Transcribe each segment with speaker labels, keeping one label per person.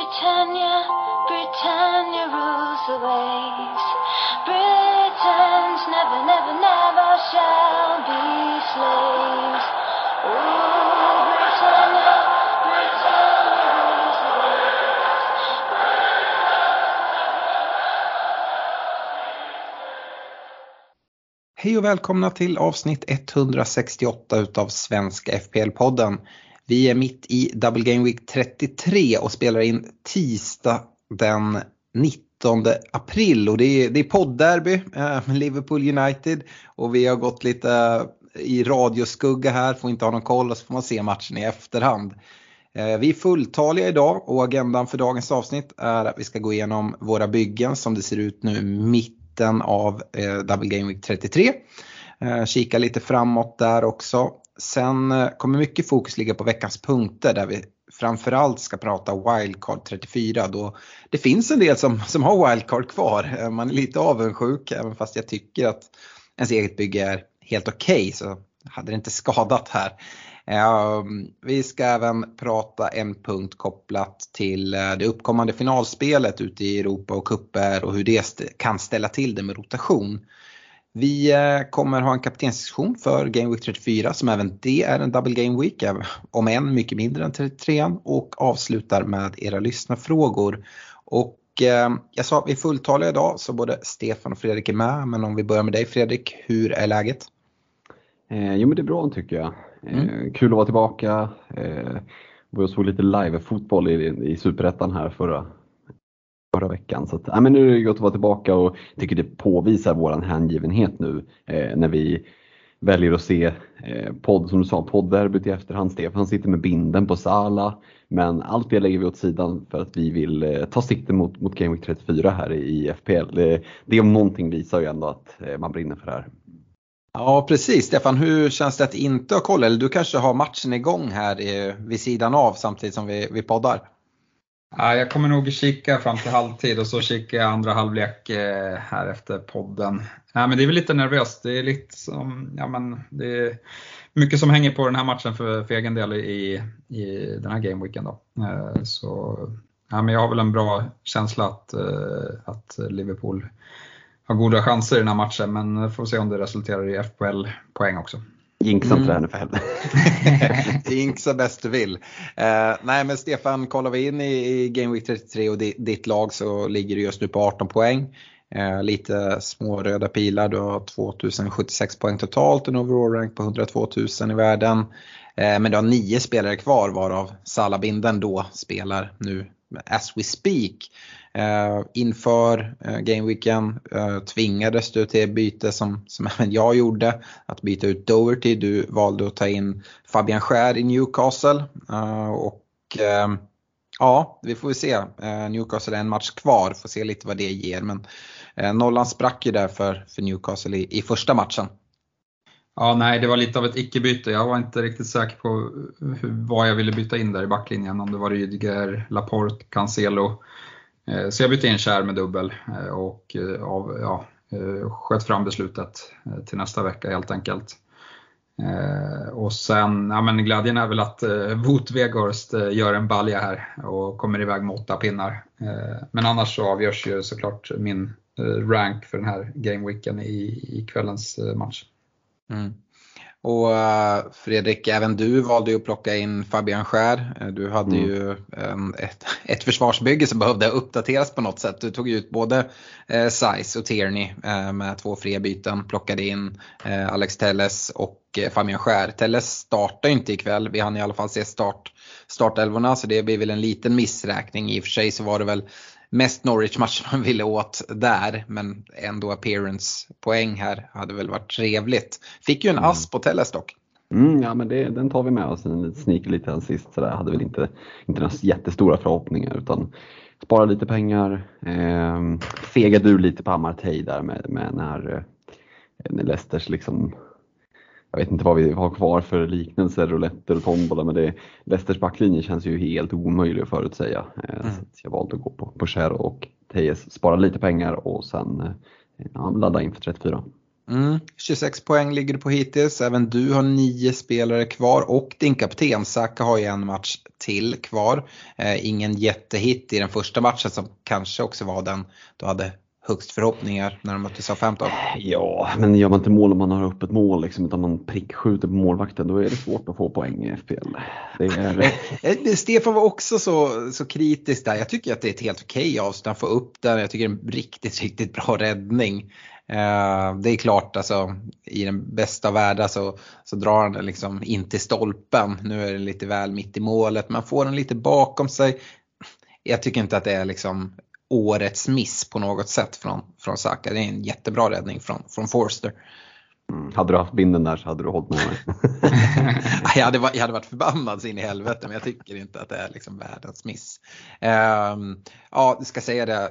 Speaker 1: Britannia, Britannia rules the waves. Britons never, never, never shall be slaves. Oh, Britannia, Britannia rules the waves.
Speaker 2: Hej och välkomna till avsnitt 168 utav Svenska FPL-podden. Vi är mitt i Double Game Week 33 och spelar in tisdag den 19 april. Och det är poddderby med Liverpool United. Och vi har gått lite i radioskugga här, får inte ha någon koll och så får man se matchen i efterhand. Vi är fulltaliga idag och agendan för dagens avsnitt är att vi ska gå igenom våra byggen som det ser ut nu mitten av Double Game Week 33. Kika lite framåt där också. Sen kommer mycket fokus ligga på veckans punkter där vi framförallt ska prata wildcard 34. Då det finns en del som har wildcard kvar. Man är lite avundsjuk även fast jag tycker att ens eget bygge är helt okej, så hade det inte skadat här. Vi ska även prata en punkt kopplat till det uppkommande finalspelet ute i Europa och kupper och hur det kan ställa till det med rotation. Vi kommer ha en kaptensdiskussion för Game Week 34 som även det är en Double Game Week, om än mycket mindre än 33, och avslutar med era lyssnarfrågor. Och jag sa att vi är fulltaliga idag så både Stefan och Fredrik är med, men om vi börjar med dig Fredrik, hur är läget?
Speaker 3: Jo men det är bra tycker jag. Kul att vara tillbaka. Jag såg lite live-fotboll i Superettan här förra veckan. Så att, men nu är det gott att vara tillbaka och tycker det påvisar våran hängivenhet nu när vi väljer att se som du sa, poddderbyt i efterhand. Stefan sitter med binden på Sala, men allt det lägger vi åt sidan för att vi vill ta sikte mot Game Week 34 här i FPL. Det om någonting visar ju ändå att man brinner för det här.
Speaker 2: Ja precis, Stefan, hur känns det att inte ha koll? Eller du kanske har matchen igång här vid sidan av samtidigt som vi poddar?
Speaker 4: Ja, jag kommer nog kika fram till halvtid och så kika andra halvlek här efter podden. Ja, men det är väl lite nervöst. Det är lite som, det är mycket som hänger på den här matchen för egen del i den här gameweeken då. Så men jag har väl en bra känsla att Liverpool har goda chanser i den här matchen, men får se om det resulterar i FPL-poäng också.
Speaker 3: Jinxa inte det här nu för helvete.
Speaker 2: Jinxa bäst du vill. Nej men Stefan, kollar vi in i Game Week 33 och ditt lag så ligger du just nu på 18 poäng. Lite små röda pilar, du har 2076 poäng totalt, en overall rank på 102 000 i världen. Men du har 9 spelare kvar varav Salah Binden då spelar nu as we speak. Inför gameweeken tvingades du till byte som även jag gjorde, att byta ut Doherty. Du valde att ta in Fabian Schär i Newcastle och vi får se. Newcastle är en match kvar, får se lite vad det ger, men nollan sprack ju där för Newcastle i första matchen.
Speaker 4: Ja, nej, det var lite av ett icke-byte. Jag var inte riktigt säker på vad jag ville byta in där i backlinjen. Om det var Rydiger, Laporte, Cancelo. Så jag bytte in Schär med dubbel och sköt fram beslutet till nästa vecka helt enkelt. Och sen, glädjen är väl att Wout Weghorst gör en balja här och kommer iväg med 8 pinnar. Men annars så avgörs ju såklart min rank för den här gameweeken i kvällens match.
Speaker 2: Och Fredrik, även du valde ju att plocka in Fabian Schär. Du hade ju ett försvarsbygge som behövde uppdateras på något sätt. Du tog ut både Size och Tierney med 2 fria byten. Plockade in Alex Telles och Fabian Schär. Telles startar inte ikväll. Vi hann i alla fall se startelvorna, så det blir väl en liten missräkning. I och för sig så var det väl mest Norwich-match man ville åt där, men ändå appearance-poäng här hade väl varit trevligt. Fick ju en ass på Telles dock.
Speaker 3: Ja men den tar vi med oss, en sneaker lite än sist, så där hade väl inte några jättestora förhoppningar, utan spara lite pengar, fegade ur lite på Amartey där med när Leicesters liksom, jag vet inte vad vi har kvar för liknelser, rouletter och tombola, men Leicesters backlinje känns ju helt omöjlig att förutsäga. Så jag valde att gå på Schär och Tejes, spara lite pengar och sen ladda in för 34.
Speaker 2: 26 poäng ligger du på hittills. Även du har 9 spelare kvar och din kapten Saka har ju en match till kvar. Ingen jättehit i den första matchen som kanske också var den du hade högst förhoppningar när de mötte Southampton.
Speaker 3: Ja, men gör man inte mål om man har upp ett mål liksom, utan man prickskjuter på målvakten, då är det svårt att få poäng i FPL.
Speaker 2: Stefan var också så kritisk där. Jag tycker att det är ett helt okej avslut. Han får upp den. Jag tycker det är en riktigt, riktigt bra räddning. Det är klart, alltså, i den bästa världen så drar han den liksom in till stolpen. Nu är det lite väl mitt i målet. Man får den lite bakom sig. Jag tycker inte att det är liksom årets miss på något sätt från Saka. Det är en jättebra räddning från Forster.
Speaker 3: Hade du haft binden där så hade du hållit med mig.
Speaker 2: Jag hade varit förbannad in i helvete, men jag tycker inte att det är liksom världens miss. Ja, jag ska säga det.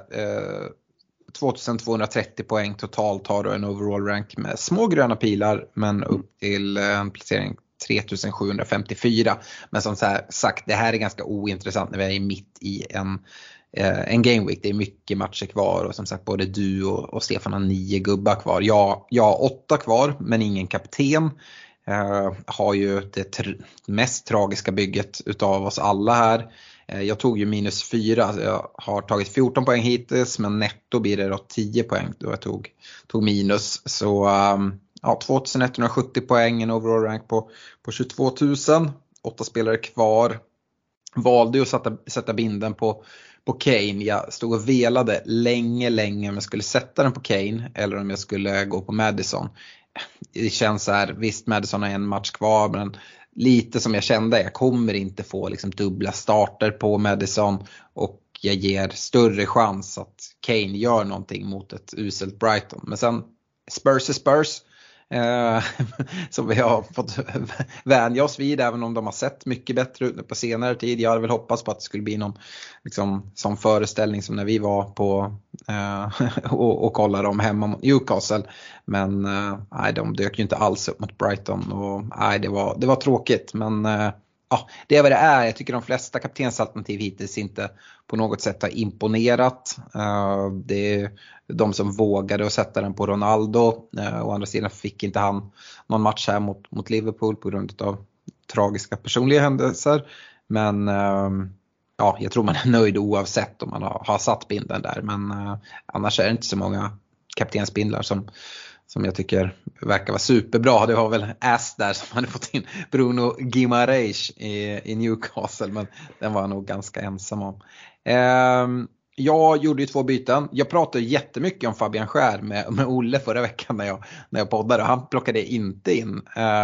Speaker 2: 2230 poäng totalt har du en overall rank med små gröna pilar, men upp till en placering 3754. Men som sagt, det här är ganska ointressant när vi är mitt i en game week. Det är mycket matcher kvar och som sagt både du och Stefan har 9 gubbar kvar. Jag har 8 kvar men ingen kapten. Har ju det mest tragiska bygget utav oss alla här. Jag tog ju -4, alltså jag har tagit 14 poäng hittills, men netto blir det då 10 poäng då jag tog minus. Så 2170 poäng, en overall rank på 22 000, 8 spelare kvar. Valde att sätta binden på Kane. Jag stod och velade länge om jag skulle sätta den på Kane eller om jag skulle gå på Maddison. Det känns så här, visst Maddison har en match kvar, men lite som jag kände, jag kommer inte få liksom dubbla starter på Maddison och jag ger större chans att Kane gör någonting mot ett uselt Brighton. Men sen Spurs är Spurs. Som vi har fått vänja oss vid, även om de har sett mycket bättre ut nu på senare tid. Jag hade väl hoppats på att det skulle bli någon liksom, sån föreställning som när vi var på och kollade dem hemma mot Newcastle. Men nej, de dök ju inte alls upp mot Brighton och nej, det var tråkigt. Men det är vad det är. Jag tycker de flesta kaptensalternativ hittills inte på något sätt har imponerat. Det är de som vågade att sätta den på Ronaldo. Å andra sidan fick inte han någon match här mot Liverpool på grund av tragiska personliga händelser. Men jag tror man är nöjd oavsett om man har satt binden där. Men annars är det inte så många kaptensbindlar som jag tycker verkar vara superbra. Det var väl Ass där som hade fått in Bruno Guimaraes i Newcastle, men den var jag nog ganska ensam om. Jag gjorde ju 2 byten. Jag pratade jättemycket om Fabian Schär med Olle förra veckan när jag poddade. Han plockade inte in.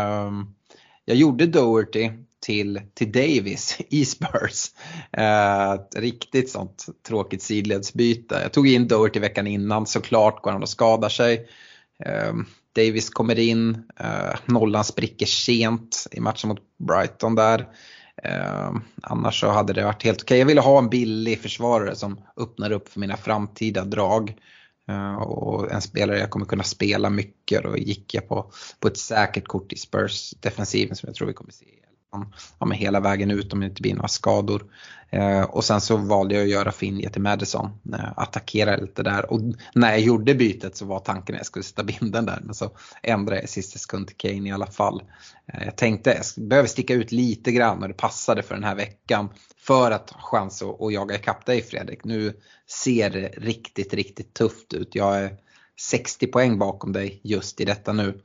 Speaker 2: Jag gjorde Doherty till Davis i Spurs. Ett riktigt sånt tråkigt sidledsbyte. Jag tog in Doherty veckan innan, såklart går han och skadar sig. Davis kommer in, nollan spricker sent i matchen mot Brighton där. Annars så hade det varit helt okej. Jag ville ha en billig försvarare som öppnar upp för mina framtida drag. Och en spelare jag kommer kunna spela mycket. Då gick jag på ett säkert kort i Spurs defensiven som jag tror vi kommer se med hela vägen ut om det inte blir några skador. Och sen så valde jag att göra Finje till Maddison, attackera lite där. Och när jag gjorde bytet så var tanken att jag skulle sätta binden där, men så ändrade jag i sista sekund till Kane i alla fall. Jag tänkte jag behöver sticka ut lite grann och det passade för den här veckan för att ha chans att jaga ikapp dig, Fredrik. Nu ser det riktigt, riktigt tufft ut. Jag är 60 poäng bakom dig just i detta nu.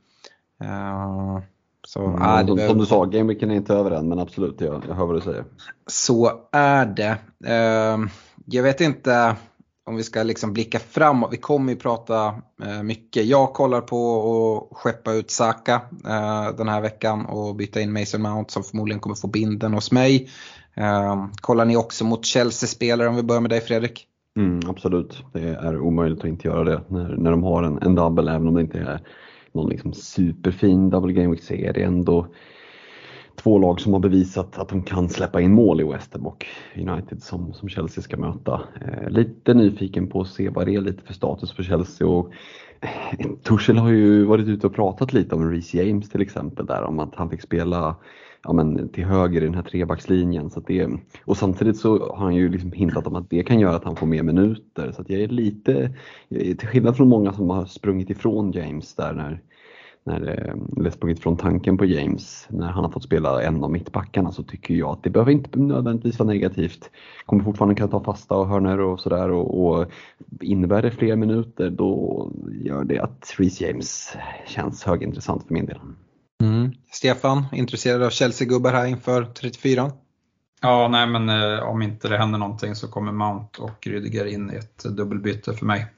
Speaker 2: Så,
Speaker 3: som du sa, gameweeken är inte över än, men absolut, jag hör vad du säger. Så
Speaker 2: är det. Jag vet inte om vi ska liksom blicka framåt. Vi kommer ju prata mycket. Jag kollar på att skeppa ut Saka den här veckan och byta in Mason Mount som förmodligen kommer få binden hos mig. Kollar ni också mot Chelsea-spelare om vi börjar med dig, Fredrik?
Speaker 3: Absolut, det är omöjligt att inte göra det när de har en double, även om det inte är någon liksom superfin double game week, så är det ändå 2 lag som har bevisat att de kan släppa in mål i West Ham och United som Chelsea ska möta. Lite nyfiken på att se vad det är lite för status för Chelsea, och Tuchel har ju varit ute och pratat lite om Reece James till exempel där, om att han fick spela till höger i den här trebackslinjen. Så att och samtidigt så har han ju liksom hintat om att det kan göra att han får mer minuter. Så att jag är lite, till skillnad från många som har sprungit ifrån James där eller sprungit från tanken på James när han har fått spela en av mittbackarna, så tycker jag att det behöver inte nödvändigtvis vara negativt. Kommer fortfarande kunna ta fasta och hörnor och sådär, och innebär det fler minuter, då gör det att Reece James känns högintressant för min del.
Speaker 2: Stefan, intresserad av Chelsea-gubbar här inför 34?
Speaker 4: Ja, nej, men om inte det händer någonting så kommer Mount och Rydiger in i ett dubbelbyte för mig.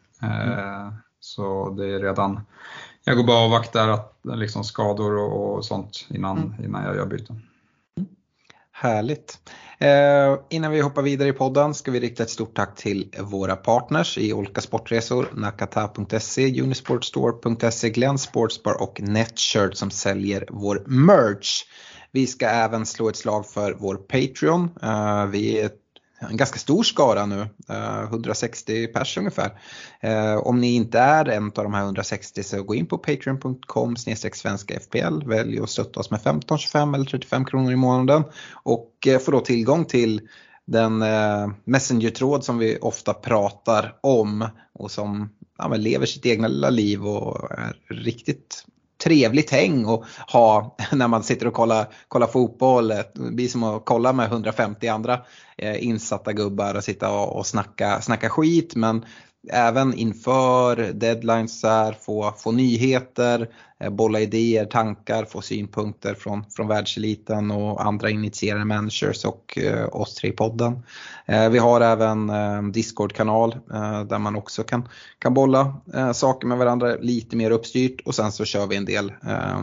Speaker 4: Så det är redan, jag går bara och avvaktar att liksom skador och sånt innan jag gör byten.
Speaker 2: Härligt. Innan vi hoppar vidare i podden ska vi rikta ett stort tack till våra partners i Olka Sportresor, Nakata.se, Unisportstore.se, Glenn Sportsbar och Netshirt som säljer vår merch. Vi ska även slå ett slag för vår Patreon. Vi är en ganska stor skara nu, 160 pers ungefär. Om ni inte är en av de här 160 så gå in på patreon.com/svenska FPL, välj att stötta oss med 15, 25 eller 35 kronor i månaden och få då tillgång till den messenger-tråd som vi ofta pratar om och som lever sitt egna lilla liv och är riktigt trevligt häng och ha när man sitter och kollar fotboll. Det blir som att kolla med 150 andra insatta gubbar och sitta och snacka skit, men även inför deadlines så här, få nyheter, bolla idéer, tankar, få synpunkter från världseliten och andra initierade managers och oss tre i podden. Vi har även Discord-kanal där man också kan bolla saker med varandra lite mer uppstyrt, och sen så kör vi en del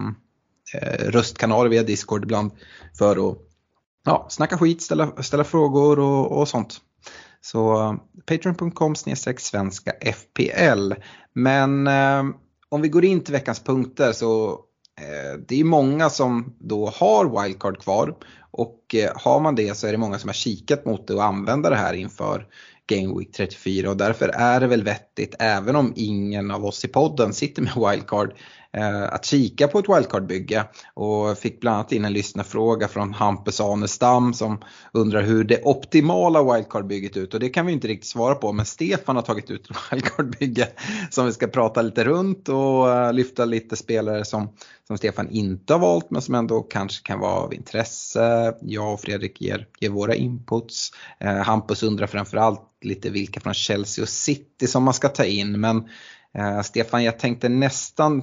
Speaker 2: röstkanaler via Discord ibland för att snacka skit, ställa frågor och sånt. Så patreon.com/svenska FPL. Men om vi går in till veckans punkter så det är många som då har wildcard kvar, och har man det så är det många som har kikat mot det och använder det här inför Game Week 34, och därför är det väl vettigt, även om ingen av oss i podden sitter med wildcard, att kika på ett wildcard-bygge. Och fick bland annat in en lyssnarfråga från Hampus Anestam som undrar hur det optimala wildcard-bygget ut, och det kan vi inte riktigt svara på, men Stefan har tagit ut ett wildcard-bygge som vi ska prata lite runt och lyfta lite spelare som Stefan inte har valt men som ändå kanske kan vara av intresse. Jag och Fredrik ger våra inputs. Hampus undrar framförallt lite vilka från Chelsea och City som man ska ta in, men Stefan, jag tänkte nästan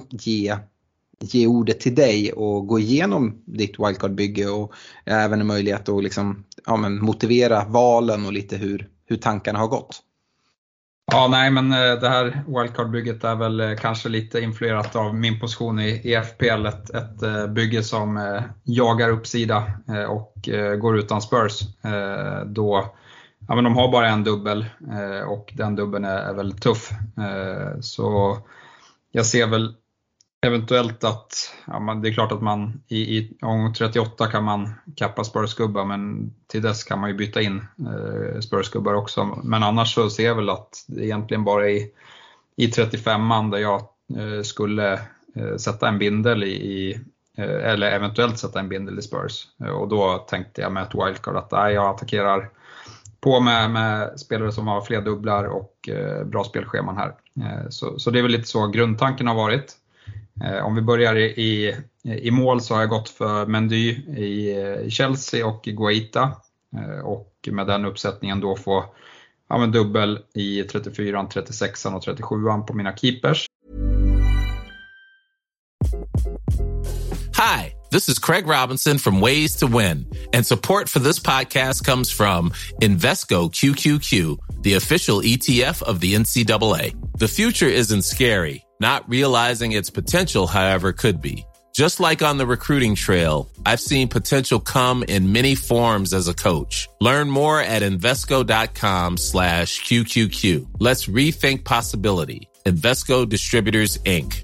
Speaker 2: ge ordet till dig och gå igenom ditt wildcard-bygge och även en möjlighet att liksom, motivera valen och lite hur tankarna har gått.
Speaker 4: Ja, nej, men det här wildcard-bygget är väl kanske lite influerat av min position i FPL, ett bygge som jagar uppsida och går utan Spurs. Då men de har bara en dubbel och den dubbeln är väldigt tuff. Så jag ser väl eventuellt att det är klart att man i omgång 38 kan man kappa Spurs-gubbar, men till dess kan man ju byta in Spurs-gubbar också. Men annars så ser jag väl att det egentligen bara är i 35an där jag skulle sätta en bindel eller eventuellt sätta en bindel i Spurs. Och då tänkte jag med ett wildcard att jag attackerar på med spelare som har fler dubblar och bra spelscheman här. Så det är väl lite så grundtanken har varit. Om vi börjar i mål så har jag gått för Mendy i Chelsea och Guaita. Och med den uppsättningen då få dubbel i 34, 36 och 37 på mina keepers.
Speaker 5: Hi, this is Craig Robinson from Ways to Win, and support for this podcast comes from Invesco QQQ, the official ETF of the NCAA. The future isn't scary. Not realizing its potential, however, could be. Just like on the recruiting trail, I've seen potential come in many forms as a coach. Learn more at Invesco.com/QQQ. Let's rethink possibility. Invesco Distributors, Inc.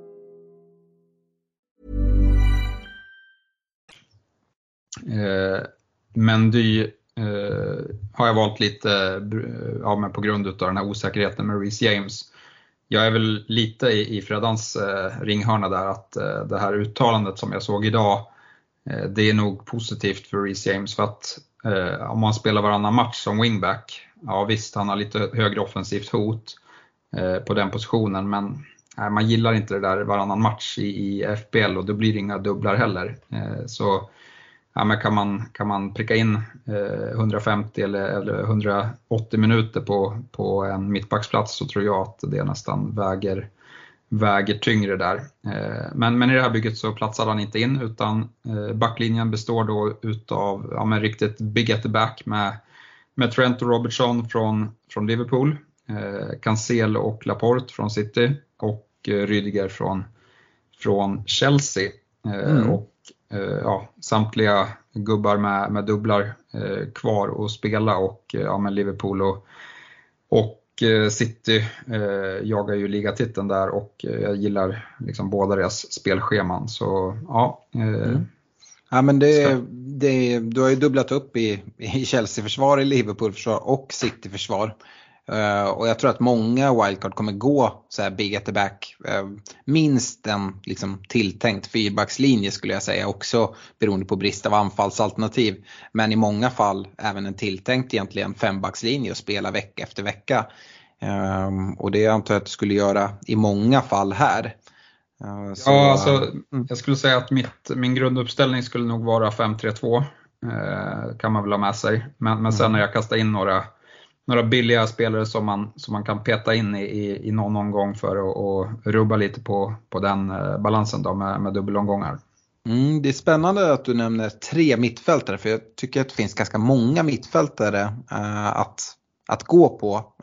Speaker 4: Mendy har jag valt lite men på grund av den här osäkerheten med Reece James. Jag är väl lite i Freddans ringhörna där, att det här uttalandet som jag såg idag det är nog positivt för Reece James, för att om man spelar varannan match som wingback, ja visst, han har lite högre offensivt hot på den positionen, men man gillar inte det där varannan match i FPL, och då blir det inga dubblar heller. Så ja, men kan man pricka in 150 eller 180 minuter på en mittbacksplats, så tror jag att det nästan väger tyngre där. Men i det här bygget så platsar han inte in, utan backlinjen består då utav riktigt big at the back med Trent och Robertson från Liverpool, Cancelo och Laporte från City och Rüdiger från Chelsea. Och samtliga gubbar med dubblar kvar att spela, och med Liverpool och City jagar ju ligatiteln där, och jag gillar liksom båda deras spelscheman, så ja.
Speaker 2: Ja, men du har ju dubblat upp i Chelsea-försvar, i Liverpool-försvar och City-försvar. Och jag tror att många wildcard kommer gå så här big at the back, minst en liksom tilltänkt fyrbackslinje skulle jag säga, också beroende på brist av anfallsalternativ, men i många fall även en tilltänkt egentligen fembackslinje och spela vecka efter vecka, och det antar jag att du skulle göra i många fall här.
Speaker 4: Jag skulle säga att min grunduppställning skulle nog vara 5-3-2, kan man väl ha med sig, men sen när jag kastar in några billiga spelare som man kan peta in i någon omgång för att rubba lite på den balansen då med dubbelomgångar.
Speaker 2: Det är spännande att du nämner 3 mittfältare, för jag tycker att det finns ganska många mittfältare att gå på.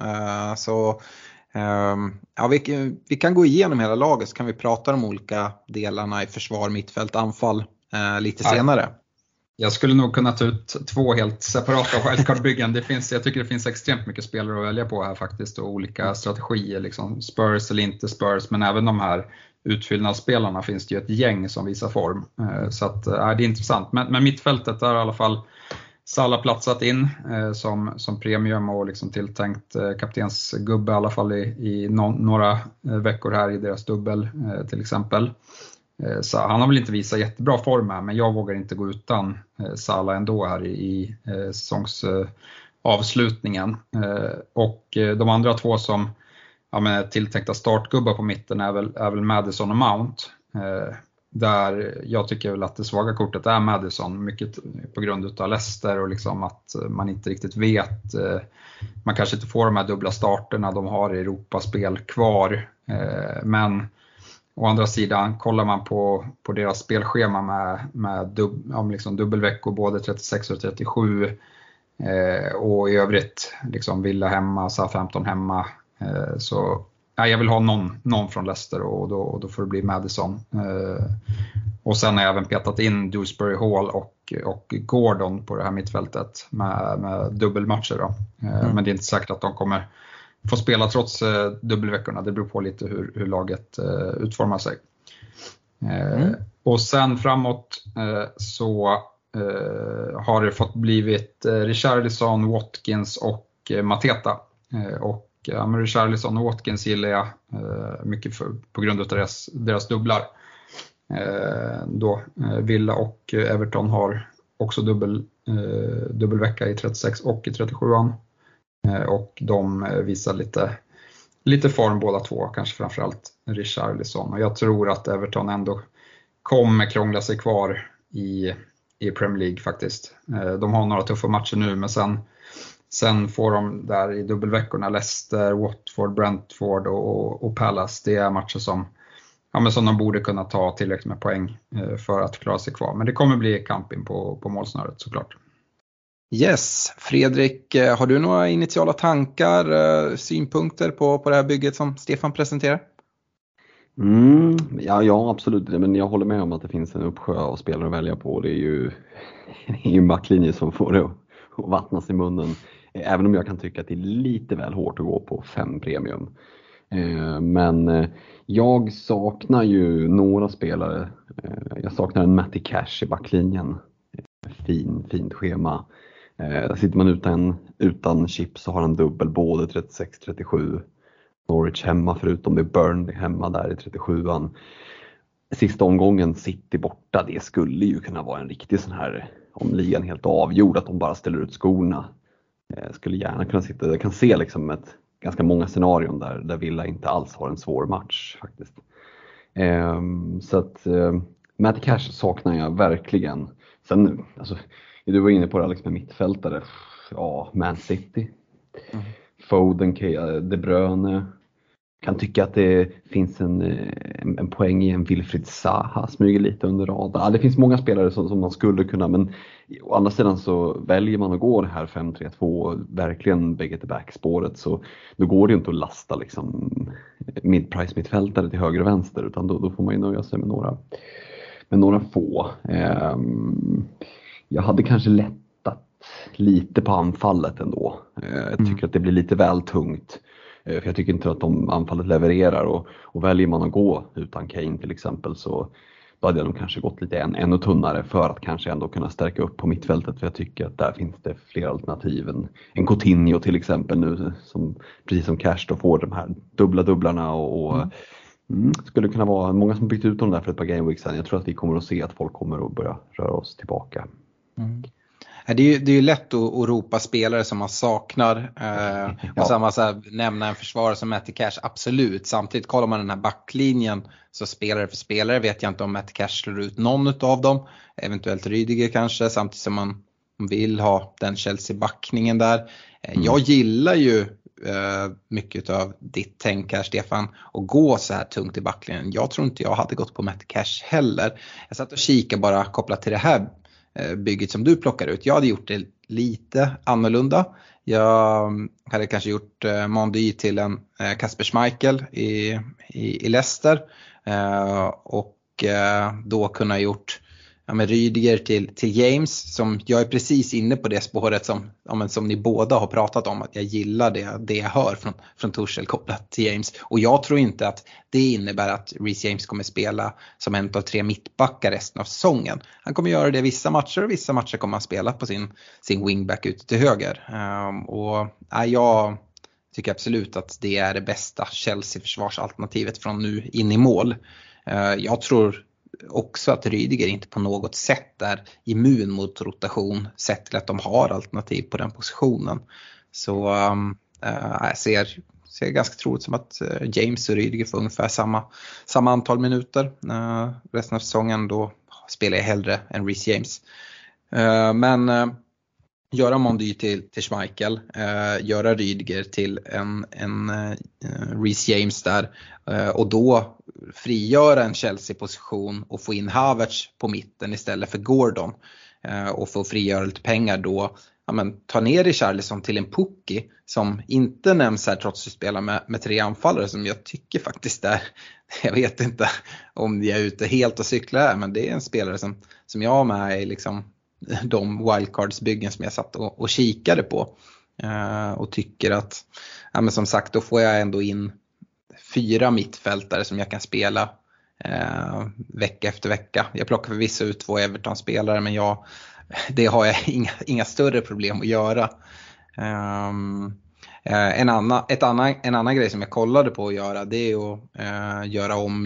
Speaker 2: Vi kan gå igenom hela laget, så kan vi prata om olika delarna i försvar, mittfält, anfall lite senare.
Speaker 4: Jag skulle nog kunna ta ut 2 helt separata wildcard-byggen. Jag tycker det finns extremt mycket spelare att välja på här faktiskt, och olika strategier, liksom Spurs eller inte Spurs, men även de här utfyllnadsspelarna finns det ju ett gäng som visar form. Så att det är intressant. Men mittfältet har i alla fall Salah platsat in som premium och liksom tilltänkt kaptensgubbe i alla fall i några veckor här i deras dubbel till exempel. Så han har väl inte visat jättebra form här, men jag vågar inte gå utan Salah ändå här i säsongsavslutningen. Och de andra 2 som med tilltänkta startgubbar på mitten är väl Maddison och Mount. Där jag tycker väl att det svaga kortet är Maddison, mycket på grund av Leicester och liksom att man inte riktigt vet, man kanske inte får de här dubbla starterna de har i Europaspel kvar, men å andra sidan kollar man på deras spelschema med liksom dubbelveckor både 36 och 37, och i övrigt liksom Villa hemma, Southampton hemma, så jag vill ha någon från Leicester, och då får det bli Maddison. Och sen har jag även petat in Dewsbury Hall och Gordon på det här mittfältet med dubbelmatcher då. Men det är inte säkert att de kommer få spela trots dubbelveckorna. Det beror på lite hur laget utformar sig. Och sen framåt så har det fått blivit Richarlison, Watkins och Mateta. Och men Richarlison och Watkins gillar jag mycket på grund av deras dubblar. Villa och Everton har också dubbelvecka i 36 och i 37an. Och de visar lite form båda 2, kanske framförallt Richarlison. Och jag tror att Everton ändå kommer krångla sig kvar i Premier League faktiskt. De har några tuffa matcher nu, men sen får de där i dubbelveckorna Leicester, Watford, Brentford och Palace. Det är matcher som de borde kunna ta tillräckligt med poäng för att klara sig kvar. Men det kommer bli kamp in på målsnöret såklart.
Speaker 2: Yes, Fredrik, har du några initiala tankar, synpunkter på det här bygget som Stefan presenterar?
Speaker 3: Ja, absolut. Men jag håller med om att det finns en uppsjö av spelare att välja på. Det är ju en backlinje som får det att vattnas i munnen. Även om jag kan tycka att det är lite väl hårt att gå på 5 premium. Men jag saknar ju några spelare. Jag saknar en Matty Cash i backlinjen. Fint schema. Sitter man utan chip så har han dubbel både 36-37. Norwich hemma förutom det Burnley hemma där i 37an. sista omgången City borta, det skulle ju kunna vara en riktig sån här, om ligan helt avgjord, att de bara ställer ut skorna. Skulle gärna kunna sitta, jag kan se liksom ganska många scenarion där Villa inte alls har en svår match faktiskt. Så att Matty Cash saknar jag verkligen. Sen, alltså, du var inne på det Alex med mittfältare. Ja, Man City. Foden, De Bruyne. Kan tycka att det finns en poäng i en Wilfried Zaha smyger lite under radarn. Ja, det finns många spelare som man skulle kunna, men å andra sidan så väljer man att gå det här 5-3-2 verkligen bägge till back-spåret, så då går det ju inte att lasta liksom mid-price mittfältare till höger och vänster, utan då får man ju nöja sig med några få. Jag hade kanske lättat lite på anfallet ändå. Jag tycker att det blir lite väl tungt. För jag tycker inte att de anfallet levererar, och väljer man att gå utan Kane till exempel, så då hade jag nog kanske gått lite ännu tunnare för att kanske ändå kunna stärka upp på mittfältet, för jag tycker att där finns det fler alternativ. En Coutinho till exempel nu, som precis som Cash då får de här dubblarna och skulle kunna vara många som byggt ut dem där för ett par gameweeks sedan. Jag tror att vi kommer att se att folk kommer att börja röra oss tillbaka.
Speaker 2: Det är ju lätt att ropa spelare som man saknar och samma så här, nämna en försvarare som Matty Cash, absolut. Samtidigt kollar man den här backlinjen, så spelare för spelare vet jag inte om Matty Cash slår ut någon av dem. Eventuellt Rydiger kanske, samtidigt som man vill ha den Chelsea-backningen där. Jag gillar ju mycket av ditt tänk här, Stefan, och gå så här tungt i backlinjen. Jag tror inte jag hade gått på Matty Cash heller. Jag satt och kikade bara kopplat till det här bygget som du plockar ut. Jag hade gjort det lite annorlunda. Jag hade kanske gjort Mandy till en Kasper Schmeichel i Leicester, och då kunna gjort Rydiger till James, som jag är precis inne på det spåret som ni båda har pratat om, att jag gillar det jag hör från Tuchel kopplat till James. Och jag tror inte att det innebär att Reece James kommer spela som en av 3 mittbackar resten av säsongen. Han kommer göra det vissa matcher, och vissa matcher kommer han spela på sin wingback ute till höger. Jag tycker absolut att det är det bästa Chelsea-försvarsalternativet från nu in i mål. Jag tror också att Rydiger inte på något sätt är immun mot rotation, sett till att de har alternativ på den positionen. Så jag ser ganska troligt som att James och Rydiger får ungefär samma antal minuter resten av säsongen. Då spelar jag hellre än Reece James. Men göra Mondy till Schmeichel, göra Rydiger till en Reece James där, och då frigöra en Chelsea-position och få in Havertz på mitten istället för Gordon, och få frigöra lite pengar då. Ta ner Richarlison till en Pukki som inte nämns här, trots att spela med 3 anfallare, som jag tycker faktiskt är, jag vet inte om jag är ute helt och cyklar här, men det är en spelare som jag har med i liksom de wildcards-byggen som jag satt och kikade på, och tycker att men som sagt, då får jag ändå in 4 mittfältare som jag kan spela vecka efter vecka. Jag plockar förvisso ut 2 Everton-spelare, men det har jag inga större problem att göra. En annan grej som jag kollade på att göra, det är att göra om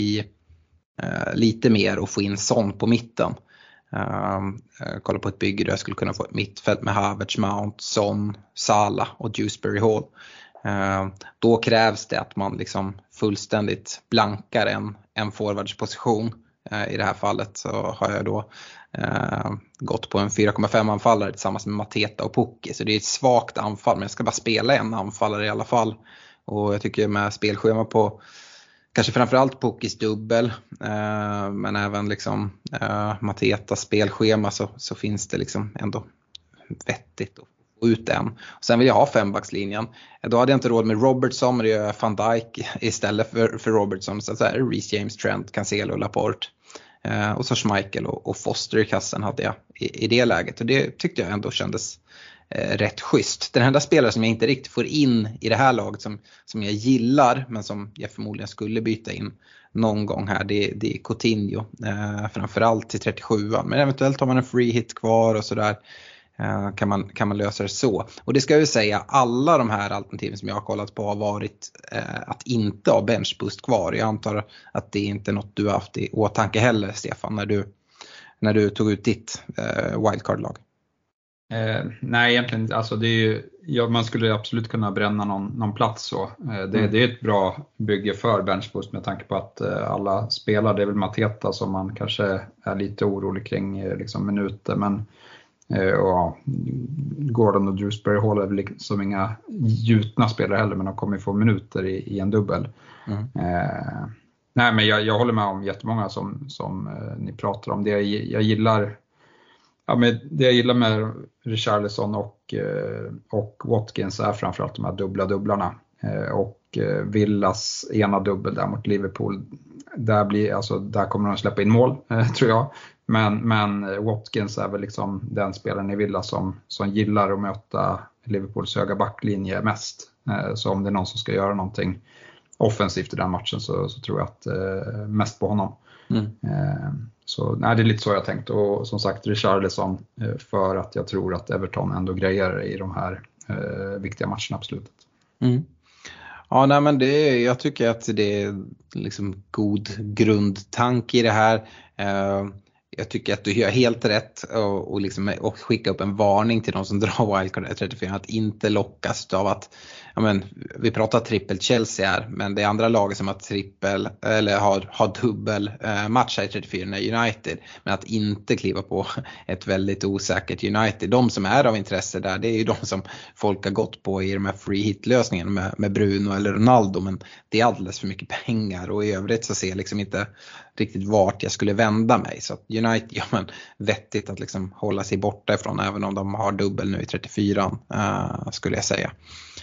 Speaker 2: lite mer och få in Son på mitten. Kolla på ett bygge där jag skulle kunna få ett mittfält med Havertz, Mount, Son, Salah och Dewsbury Hall. Då krävs det att man liksom fullständigt blankar en forwardsposition. I det här fallet så har jag då gått på en 4,5 anfallare tillsammans med Mateta och Pukki. Så det är ett svagt anfall, men jag ska bara spela en anfallare i alla fall. Och jag tycker med spelschema på kanske framförallt Pukkis dubbel, men även liksom Matetas spelschema, så finns det liksom ändå vettigt att få ut den. Och sen vill jag ha 5-backslinjen. Då hade jag inte råd med Robertson, men det gör Van Dijk istället för Robertson. Så är det Reece James, Trent, Cancelo och Laporte. Och så Schmeichel och Foster i kassen hade jag i det läget. Och det tyckte jag ändå kändes rätt schysst. Den enda spelare som jag inte riktigt får in i det här laget som jag gillar, men som jag förmodligen skulle byta in någon gång här, det är Coutinho. Framförallt till 37, men eventuellt har man en free hit kvar och sådär. kan man lösa det så. Och det ska jag ju säga, alla de här alternativen som jag har kollat på har varit att inte ha benchboost kvar. Jag antar att det inte är något du har haft i åtanke heller, Stefan, när du tog ut ditt wildcard-lag.
Speaker 4: Nej, egentligen alltså det är ju, man skulle absolut kunna bränna någon plats så. Det är ett bra bygge för benchboost med tanke på att alla spelar. Det är väl Mateta som man kanske är lite orolig kring liksom minuter, men Gordon och Drewsbury Hall är väl liksom inga gjutna spelare heller, men de kommer ju få minuter i en dubbel. Nej, men jag håller med om jättemånga som ni pratar om. Det jag gillar, men det jag gillar med Richarlison och Watkins är framförallt de här dubblarna. Och Villas ena dubbel där mot Liverpool, där kommer de släppa in mål, tror jag. Men Watkins är väl liksom den spelaren i Villa som gillar att möta Liverpools höga backlinje mest. Så om det är någon som ska göra någonting offensivt i den matchen så tror jag att mest på honom. Så nej, det är lite så jag tänkt. Och som sagt, Richarlison, för att jag tror att Everton ändå grejer i de här viktiga matcherna på slutet.
Speaker 2: Ja, nej, men jag tycker att det är liksom god grundtanke i det här. Jag tycker att du gör helt rätt och skicka upp en varning till de som drar wildcard 34 att inte lockas av att vi pratar trippel Chelsea här, men det är andra lag som har trippel eller har dubbel match här i 34 när United, men att inte kliva på ett väldigt osäkert United. De som är av intresse där, det är ju de som folk har gått på i de här free hit lösningarna med Bruno eller Ronaldo, men det är alldeles för mycket pengar och i övrigt så ser jag liksom inte riktigt vart jag skulle vända mig. Så att United, vettigt att liksom hålla sig borta ifrån, även om de har dubbel nu i 34 skulle jag säga.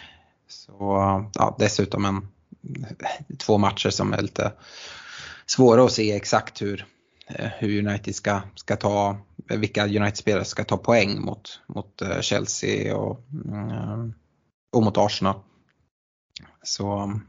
Speaker 2: Så dessutom 2 matcher som är lite svåra att se exakt hur United ska ta, vilka United-spelare ska ta poäng mot Chelsea och mot Arsenal. Så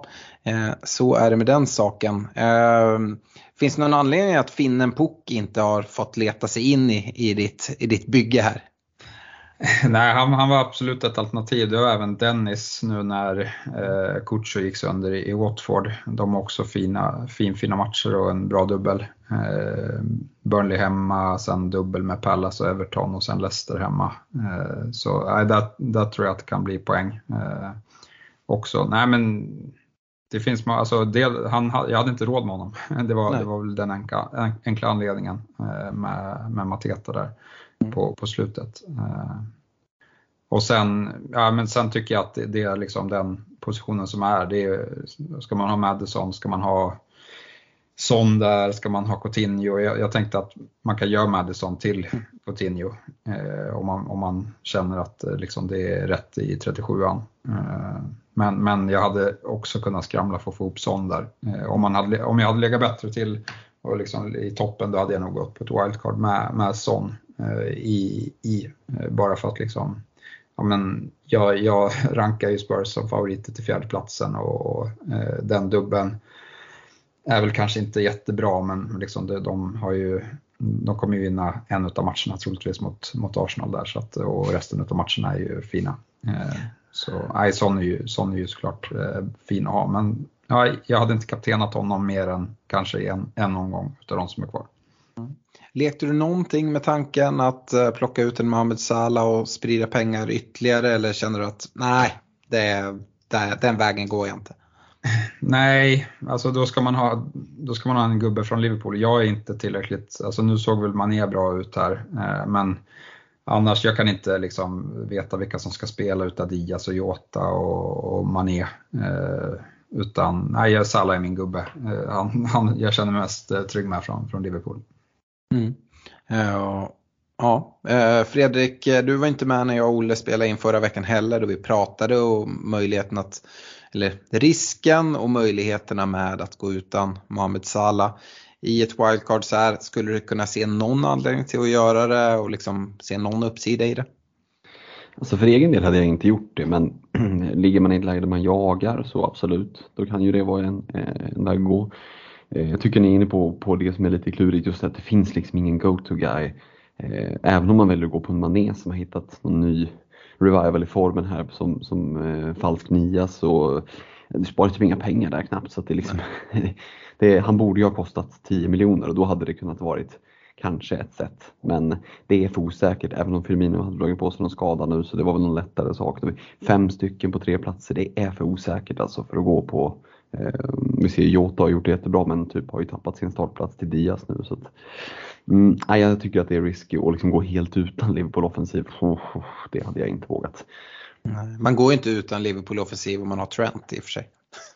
Speaker 2: så är det med den saken. Finns det någon anledning att finnen Pukki inte har fått leta sig in i ditt bygge här?
Speaker 4: Nej, han var absolut ett alternativ. Det var även Dennis nu när Kucho gick sönder i Watford. De har också fina matcher och en bra dubbel. Burnley hemma, sen dubbel med Palace och Everton och sen Leicester hemma. Så där tror jag att det kan bli poäng också. Nej, men det finns jag hade inte råd med honom. Det var väl den enkla anledningen med Mateta där på slutet. Och sen tycker jag att det är liksom den positionen som är. Det är, ska man ha Maddison, ska man ha Son där, ska man ha Coutinho. Jag tänkte att man kan göra Maddison till Coutinho om man känner att liksom det är rätt i 37an. Men jag hade också kunnat skramla för att få upp Son där. Om jag hade legat bättre till och liksom i toppen, då hade jag nog gått på ett wildcard med Son bara för att liksom, jag rankar ju Spurs som favoriter till 4:e platsen och den dubben är väl kanske inte jättebra, men liksom de kommer ju vinna en av matcherna troligtvis mot Arsenal där, så att, och resten av matcherna är ju fina. Så Son är ju såklart fin att ha, men jag hade inte kaptenat honom mer än kanske en omgång utav de som är kvar.
Speaker 2: Lekte du någonting med tanken att plocka ut en Mohamed Salah och sprida pengar ytterligare, eller känner du att nej, den vägen går jag inte?
Speaker 4: Nej, alltså då ska man ha en gubbe från Liverpool. Jag är inte tillräckligt, alltså nu såg väl Mané bra ut här, men annars jag kan inte liksom veta vilka som ska spela utav Diaz och Jota och Mané, utan nej, Salah är min gubbe. Jag känner mig mest trygg med från Liverpool.
Speaker 2: Fredrik, du var inte med när jag och Olle spelade in förra veckan heller, då vi pratade om möjligheten risken och möjligheterna med att gå utan Mohamed Salah i ett wildcard. Så här, skulle du kunna se någon anledning till att göra det och liksom se någon uppsida i det?
Speaker 3: Alltså för egen del hade jag inte gjort det, men ligger man i ett läge där man jagar, så absolut, då kan ju det vara en där gå. Jag tycker ni är inne på det som är lite klurigt, just att det finns liksom ingen go-to-guy Även om man väljer att gå på en Mané som har hittat någon ny revival i formen här som falsk nia, så det sparar typ inga pengar där knappt. Så att det liksom, han borde ju ha kostat 10 miljoner och då hade det kunnat varit kanske ett sätt. Men det är för osäkert, även om Firmino hade dragit på sig någon skada nu, så det var väl någon lättare sak. 5 stycken på 3 platser, det är för osäkert alltså för att gå på. Vi ser Jota har gjort det jättebra, men typ har ju tappat sin startplats till Diaz nu. Så att, jag tycker att det är risky att liksom gå helt utan Liverpool-offensiv. Det hade jag inte vågat.
Speaker 2: Man går inte utan Liverpool-offensiv om man har Trent i och för sig.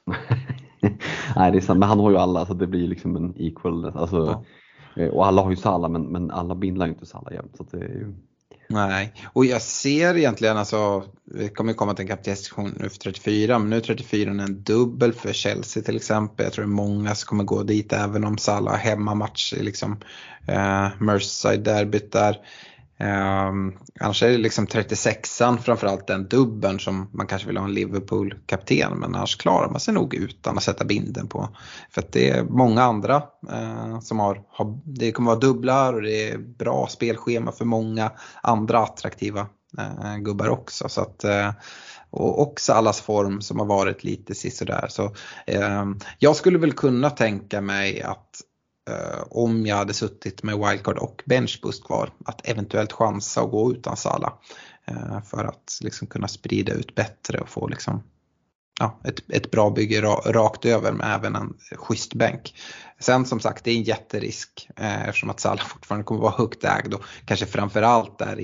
Speaker 3: Nej, det är sant, men han har ju alla, så det blir liksom en equal. Alltså, och alla har ju Salah, men alla bindlar ju inte Salah jämt. Så att det är ju...
Speaker 2: Nej, och jag ser egentligen, alltså, vi kommer ju komma till en kaptensdiskussion nu för 34, men nu är 34 en dubbel för Chelsea till exempel. Jag tror det är många som kommer gå dit även om Salah har hemmamatch i liksom Merseyside-derbyt där. Annars är det liksom 36an framförallt den dubbeln som man kanske vill ha en Liverpool-kapten, men annars klarar man sig nog utan att sätta binden på, för att det är många andra som har det kommer vara dubblar och det är bra spelschema för många andra attraktiva gubbar också, så att och också allas form som har varit lite sisådär, så jag skulle väl kunna tänka mig att om jag hade suttit med wildcard och benchboost kvar, att eventuellt chansa och gå utan Salah för att liksom kunna sprida ut bättre och få liksom, ett bra bygge rakt över med även en schysst bänk. Sen som sagt, det är en jätterisk eftersom att Salah fortfarande kommer vara högt ägd och kanske framförallt där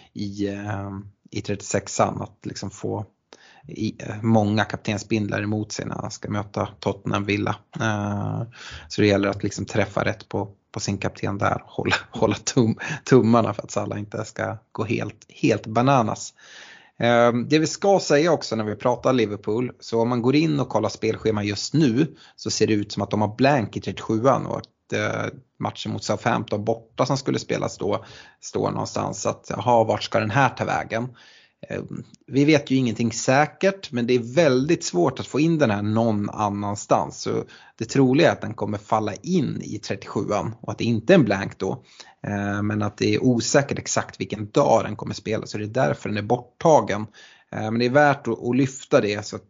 Speaker 2: i 36an att liksom få många kaptensbindlar emot sig när han ska möta Tottenham Villa. Så det gäller att liksom träffa rätt på sin kapten där och hålla tummarna för att Salah inte ska gå helt bananas. Det vi ska säga också när vi pratar Liverpool, så om man går in och kollar spelschema just nu så ser det ut som att de har blank i 37an och att matchen mot Southampton borta som skulle spelas då står någonstans att vart ska den här ta vägen? Vi vet ju ingenting säkert, men det är väldigt svårt att få in den här någon annanstans. Så det troliga är att den kommer falla in i 37an och att det inte är en blank då. Men att det är osäkert exakt vilken dag den kommer spela, så det är därför den är borttagen. Men det är värt att lyfta det, så att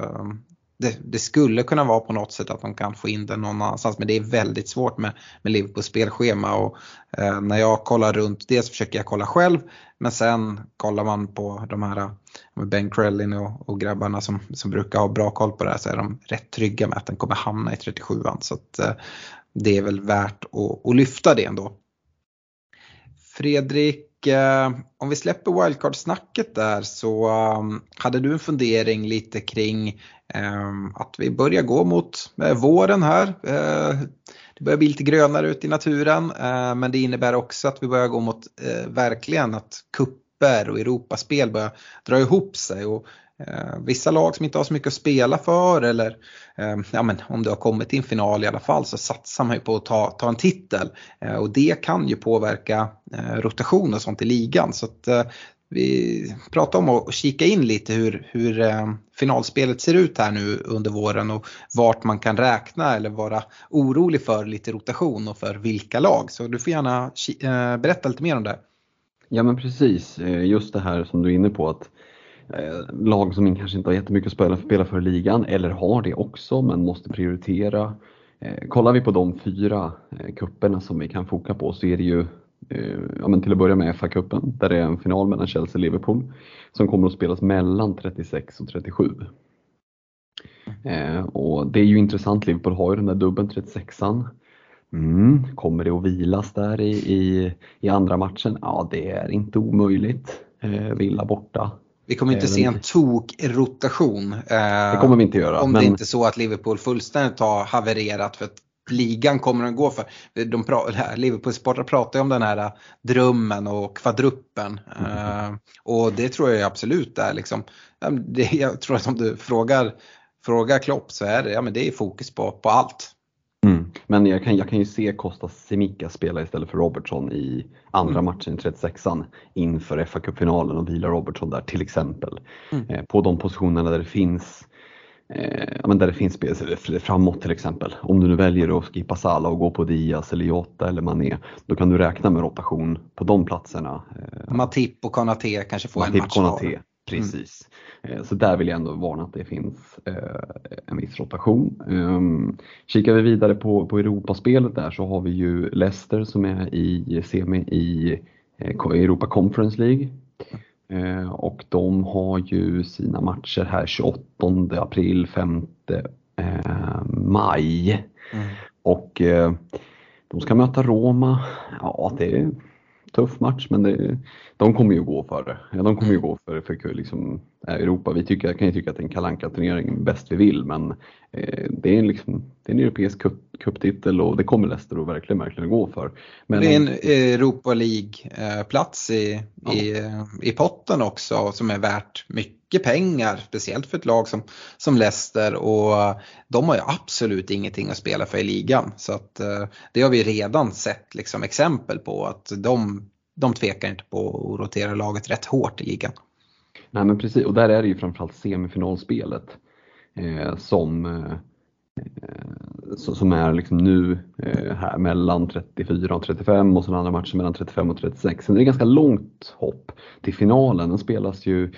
Speaker 2: det skulle kunna vara på något sätt att de kan få in den någon annanstans, men det är väldigt svårt med Liverpools spelschema och när jag kollar runt det så försöker jag kolla själv, men sen kollar man på de här med Ben Crellin och grabbarna som brukar ha bra koll på det här, så är de rätt trygga med att den kommer hamna i 37an, så att det är väl värt att lyfta det ändå. Fredrik, om vi släpper wildcard-snacket där, så hade du en fundering lite kring att vi börjar gå mot våren här. Det börjar bli lite grönare ut i naturen, men det innebär också att vi börjar gå mot verkligen att kupper och Europaspel börjar dra ihop sig, och vissa lag som inte har så mycket att spela för, eller men om du har kommit till en final i alla fall, så satsar man ju på att ta en titel, och det kan ju påverka rotation och sånt i ligan, så att vi pratar om att kika in lite hur finalspelet ser ut här nu under våren och vart man kan räkna eller vara orolig för lite rotation och för vilka lag, så du får gärna berätta lite mer om det.
Speaker 3: Ja, men precis, just det här som du är inne på, att lag som kanske inte har jättemycket att spela för ligan, eller har det också men måste prioritera. Kollar vi på de 4 kupperna som vi kan foka på, så är det ju till att börja med FA-cupen, där det är en final mellan Chelsea och Liverpool som kommer att spelas mellan 36 och 37. Och det är ju intressant, Liverpool har ju den där dubbeln 36an. Kommer det att vilas där i andra matchen? Ja, det är inte omöjligt. Villa borta.
Speaker 2: Vi kommer inte se en tok-rotation.
Speaker 3: Det kommer vi inte göra.
Speaker 2: Om det inte är så att Liverpool fullständigt har havererat, för att ligan kommer att gå för. Liverpool-sportare pratar ju om den här drömmen och kvadruppen. Och det tror jag absolut är liksom. Jag tror att om du frågar Klopp, så är det, men det är fokus på allt.
Speaker 3: Men jag kan ju se Kostas Simikas spela istället för Robertson i andra matchen i 36an inför FA Cup-finalen och vila Robertson där till exempel. På de positionerna där det finns men där det finns spel framåt till exempel. Om du nu väljer att skippa Salah och gå på Diaz eller Jota eller Mané, då kan du räkna med rotation på de platserna.
Speaker 2: Matip och Konaté kanske får en match.
Speaker 3: Konaté, precis. Så där vill jag ändå varna att det finns en viss rotation. Kikar vi vidare på Europaspelet där, så har vi ju Leicester som är i semi i Europa Conference League. Och de har ju sina matcher här 28 april, 5 maj. Och de ska möta Roma. Ja, det är en tuff match, men de kommer ju gå för det. Ja, de kommer ju gå för liksom, Europa. Vi kan ju tycka att det är en Kalle Anka-turnering bäst vi vill, men det är en europeisk cuptitel och det kommer Leicester att verkligen gå för. Men
Speaker 2: det är en Europa League-plats i potten också, som är värt mycket pengar, speciellt för ett lag som Leicester, och de har ju absolut ingenting att spela för i ligan, så att det har vi redan sett liksom exempel på, att de tvekar inte på att rotera laget rätt hårt i ligan.
Speaker 3: Nej, men precis, och där är det ju framförallt semifinalspelet som är liksom nu här mellan 34 och 35, och så andra matcher mellan 35 och 36. Så det är ganska långt hopp till finalen. Den spelas ju,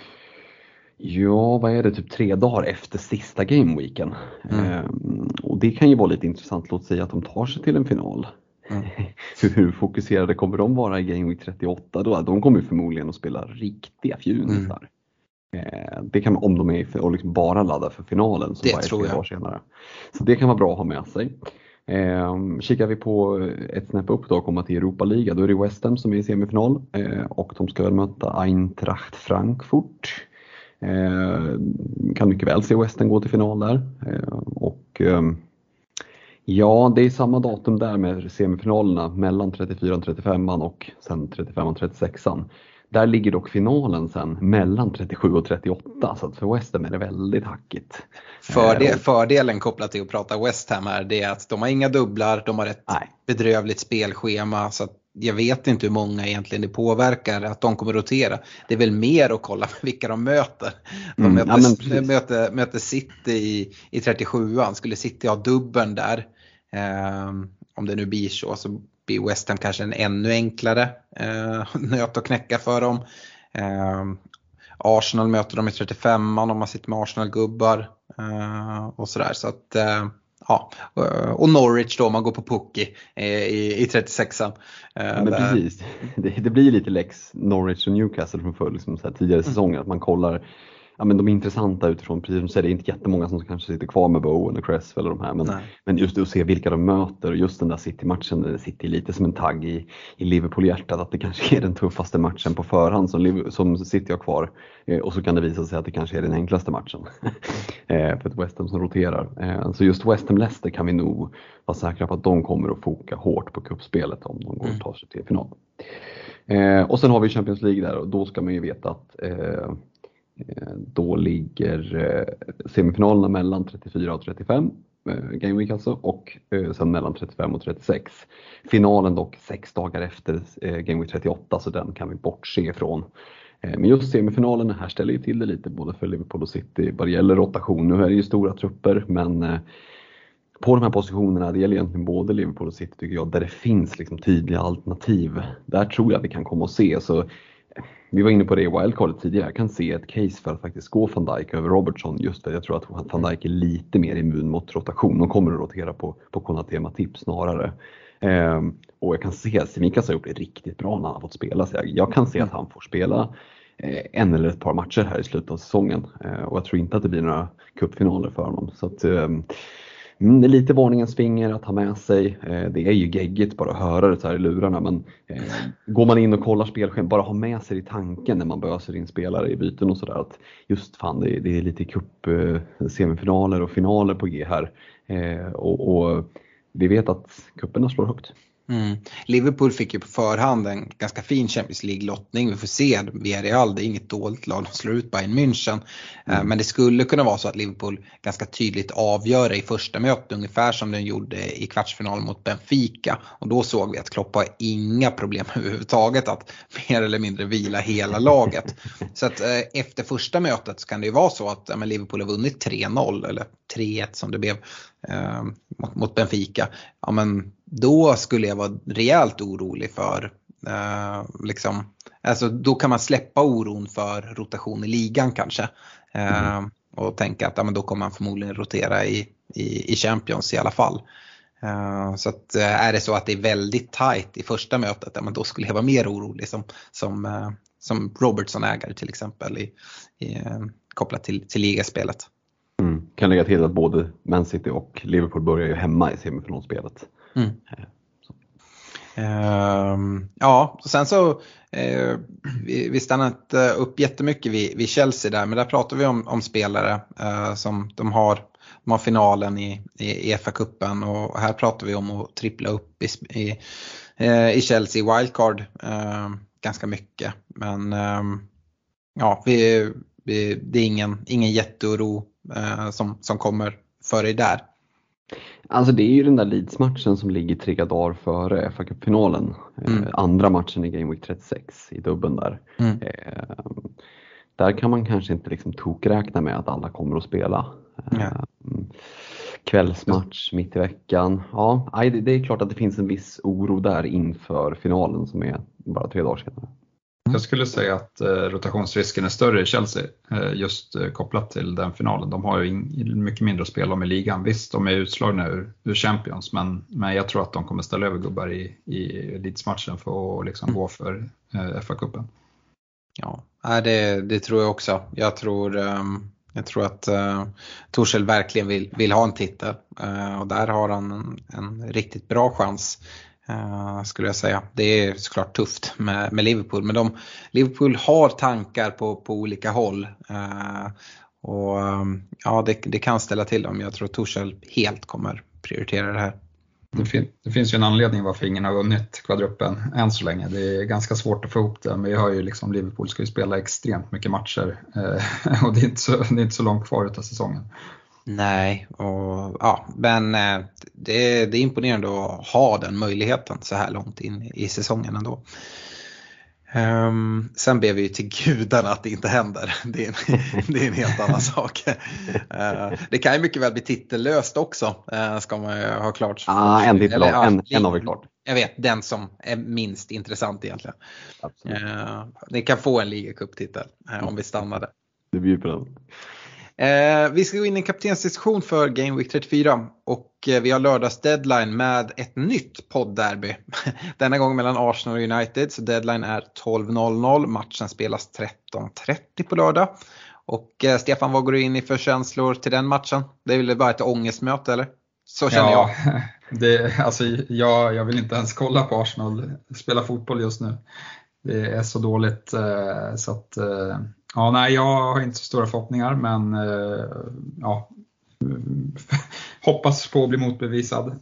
Speaker 3: typ 3 dagar efter sista gameweeken. Och det kan ju vara lite intressant, låt säga att de tar sig till en final. Hur fokuserade kommer de vara i Game Week 38 då? De kommer förmodligen att spela riktiga fjunisar. Det kan, om de är och liksom bara ladda för finalen, som
Speaker 2: det tror jag.
Speaker 3: Senare. Så det kan vara bra att ha med sig. Kikar vi på ett snäpp upp då och komma till Europa Liga, då är det West Ham som är i semifinal, och de ska väl möta Eintracht Frankfurt. Kan mycket väl se West Ham gå till final där. Ja, det är samma datum där med semifinalerna mellan 34 och 35 och sen 35 och 36. Där ligger dock finalen sen mellan 37 och 38, så att för West Ham är det väldigt hackigt.
Speaker 2: Fördelen kopplat till att prata West Ham är det att de har inga dubblar, de har ett bedrövligt spelschema, så att jag vet inte hur många egentligen det påverkar att de kommer rotera. Det är väl mer att kolla vilka de möter. De möter City i 37an. Skulle City ha dubbeln där, om det nu blir så blir West Ham kanske en ännu enklare nöt att knäcka för dem. Arsenal möter dem i 35an om man sitter med Arsenal-gubbar och sådär. Så att, och Norwich då, man går på Pukki i 36an.
Speaker 3: Men precis, det blir lite lex Norwich och Newcastle från förr, liksom så här tidigare säsonger, att man kollar. Ja, men de är intressanta utifrån, precis som säger, det är inte jättemånga som kanske sitter kvar med Bowen och Cresswell och de här, men just att se vilka de möter, och just den där City-matchen, där City lite som en tagg i Liverpool-hjärtat, att det kanske är den tuffaste matchen på förhand som City har kvar, och så kan det visa sig att det kanske är den enklaste matchen för ett West Ham som roterar. Så just West Ham-Leicester kan vi nog vara säkra på att de kommer att foka hårt på cupspelet om de går och tar sig till final. Och sen har vi Champions League där, och då ska man ju veta att då ligger semifinalerna mellan 34 och 35 Game Week alltså, och sen mellan 35 och 36. Finalen dock 6 dagar efter Game Week 38, så den kan vi bortse ifrån. Men just semifinalen här ställer ju till det lite både för Liverpool och City vad det gäller rotation. Nu är det ju stora trupper, men på de här positionerna, det gäller egentligen både Liverpool och City tycker jag, där det finns liksom tydliga alternativ. Där tror jag att vi kan komma och se. Så vi var inne på det i wildcardet tidigare. Jag kan se ett case för att faktiskt gå Van Dijk över Robertson, just för jag tror att Van Dijk är lite mer immun mot rotation. De kommer att rotera på Konaté Matip snarare. Och jag kan se att Simikas har gjort det riktigt bra när han har fått spela. Så jag kan se att han får spela en eller ett par matcher här i slutet av säsongen. Och jag tror inte att det blir några cupfinaler för honom. Så att det är lite varningens finger att ha med sig. Det är ju geggigt bara att höra det så här i lurarna, men går man in och kollar spelschema, bara ha med sig i tanken när man böser in spelare i byten och sådär, att just fan det är lite cup, semifinaler och finaler på G här, och vi vet att cuperna slår högt.
Speaker 2: Liverpool fick ju på förhand en ganska fin Champions League-lottning. Vi får se, Villarreal, det är inget dåligt lag, de slår ut Bayern München. Men det skulle kunna vara så att Liverpool ganska tydligt avgör det i första mötet, ungefär som den gjorde i kvartsfinalen mot Benfica. Och då såg vi att Klopp har inga problem överhuvudtaget att mer eller mindre vila hela laget. Så att efter första mötet så kan det ju vara så att Liverpool har vunnit 3-0 eller 3-1 som det blev mot Benfica. Ja, men då skulle jag vara rejält orolig för alltså då kan man släppa oron för rotation i ligan kanske och tänka att men då kommer man förmodligen rotera i Champions i alla fall. Så att är det så att det är väldigt tight i första mötet, men då skulle jag vara mer orolig som Robertson-ägare till exempel kopplat till ligaspelet.
Speaker 3: Kan lägga till att både Man City och Liverpool börjar ju hemma i semifinalspelet.
Speaker 2: Ja, och sen så vi stannar inte upp jättemycket vid Chelsea där, men där pratar vi om spelare som de har finalen i FA-cupen, och här pratar vi om att trippla upp i Chelsea wildcard ganska mycket, men ja, det är ingen jätteoro som kommer före där.
Speaker 3: Alltså det är ju den där Leeds-matchen som ligger 3 dagar före FA-cupfinalen. Andra matchen i Game Week 36 i dubben där. Där kan man kanske inte liksom tokräkna med att alla kommer att spela. Kvällsmatch mitt i veckan. Ja, det är klart att det finns en viss oro där inför finalen som är bara 3 dagar senare.
Speaker 4: Jag skulle säga att rotationsrisken är större i Chelsea just kopplat till den finalen. De har ju mycket mindre att spela om i ligan. Visst, de är utslagna ur Champions, men jag tror att de kommer ställa över gubbar i Leeds-matchen för att liksom gå för FA-cupen.
Speaker 2: Ja, det tror jag också. Jag tror att Tuchel verkligen vill ha en titel, och där har han en riktigt bra chans. Skulle jag säga. Det är såklart tufft med Liverpool, men Liverpool har tankar på olika håll, och ja, det kan ställa till dem. Jag tror att Tuchel helt kommer prioritera det här.
Speaker 4: Det finns ju en anledning varför ingen har vunnit kvadruppen än så länge. Det är ganska svårt att få ihop det, men vi har ju liksom Liverpool ska ju spela extremt mycket matcher och det är inte så långt kvar utav säsongen.
Speaker 2: Nej, och ja, men det är imponerande att ha den möjligheten så här långt in i säsongen ändå. Sen ber vi ju till gudarna att det inte händer. Det är en helt annan sak. Det kan ju mycket väl bli titellöst också, ska man ju ha klart.
Speaker 3: En har vi klart.
Speaker 2: Jag vet, den som är minst intressant egentligen. Ni kan få en ligacuptitel om vi stannar där.
Speaker 3: Det blir på den.
Speaker 2: Vi ska gå in i en kaptensdiskussion för Game Week 34, och vi har lördags deadline med ett nytt poddderby. Denna gång mellan Arsenal och United, så deadline är 12.00. Matchen spelas 13.30 på lördag. Och Stefan, vad går du in i för känslor till den matchen? Det är väl bara ett ångestmöte, eller? Så känner jag.
Speaker 4: Jag vill inte ens kolla på Arsenal spela fotboll just nu. Det är så dåligt så att... Ja, nej, jag har inte så stora förhoppningar, men ja, hoppas på att bli motbevisad.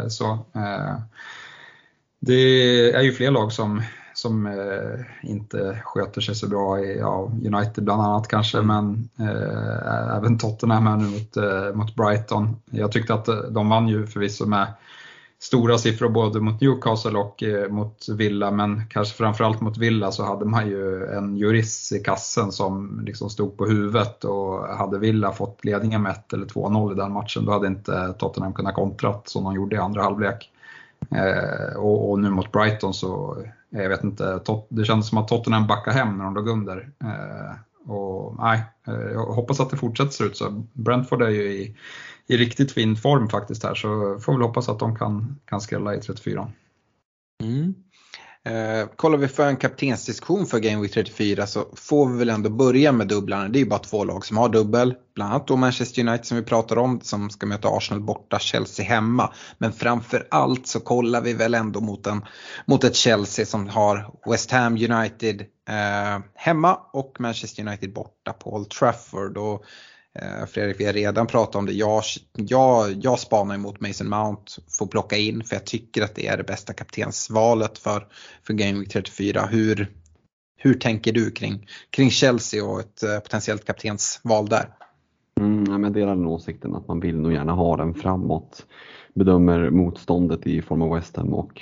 Speaker 4: Det är ju fler lag som inte sköter sig så bra United bland annat kanske, men även Tottenham här nu mot Brighton. Jag tyckte att de vann ju förvisso med stora siffror både mot Newcastle och mot Villa, men kanske framförallt mot Villa så hade man ju en jurist i kassen som liksom stod på huvudet, och hade Villa fått ledningen med 1 eller 2-0 i den matchen, då hade inte Tottenham kunnat kontrat som de gjorde i andra halvlek. Och nu mot Brighton så, jag vet inte, det kändes som att Tottenham backade hem när de låg under. Och nej, jag hoppas att det fortsätter ut så. Brentford är ju i riktigt fin form faktiskt här, så får vi hoppas att de kan skrälla i 34.
Speaker 2: Kollar vi för en kaptensdiskussion för Game Week 34 så får vi väl ändå börja med dubblarna. Det är ju bara 2 lag som har dubbel, bland annat då Manchester United som vi pratar om, som ska möta Arsenal borta, Chelsea hemma. Men framför allt så kollar vi väl ändå mot ett Chelsea som har West Ham United hemma och Manchester United borta på Old Trafford. Och Fredrik, vi har redan pratat om det. Jag spanar emot Mason Mount, får plocka in för jag tycker att det är det bästa kaptensvalet för Game Week 34. Hur tänker du kring Chelsea och ett potentiellt kaptensval där?
Speaker 3: Jag delar den åsikten att man vill nog gärna ha den framåt. Bedömer motståndet i form av West Ham och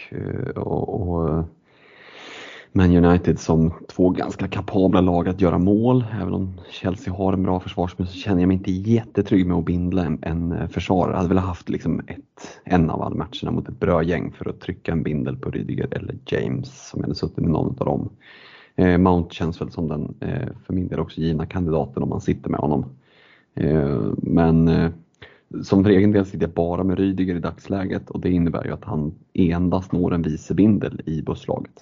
Speaker 3: Man United som två ganska kapabla lag att göra mål. Även om Chelsea har en bra försvarsspel så känner jag mig inte jättetrygg med att bindla en försvarare. Jag hade väl haft liksom en av alla matcherna mot ett bra gäng för att trycka en bindel på Rydiger eller James som hade suttit med någon av dem. Mount känns väl som den för min del också givna kandidaten om man sitter med honom. Men som för egen del sitter jag bara med Rydiger i dagsläget och det innebär ju att han endast når en vicebindel i busslaget.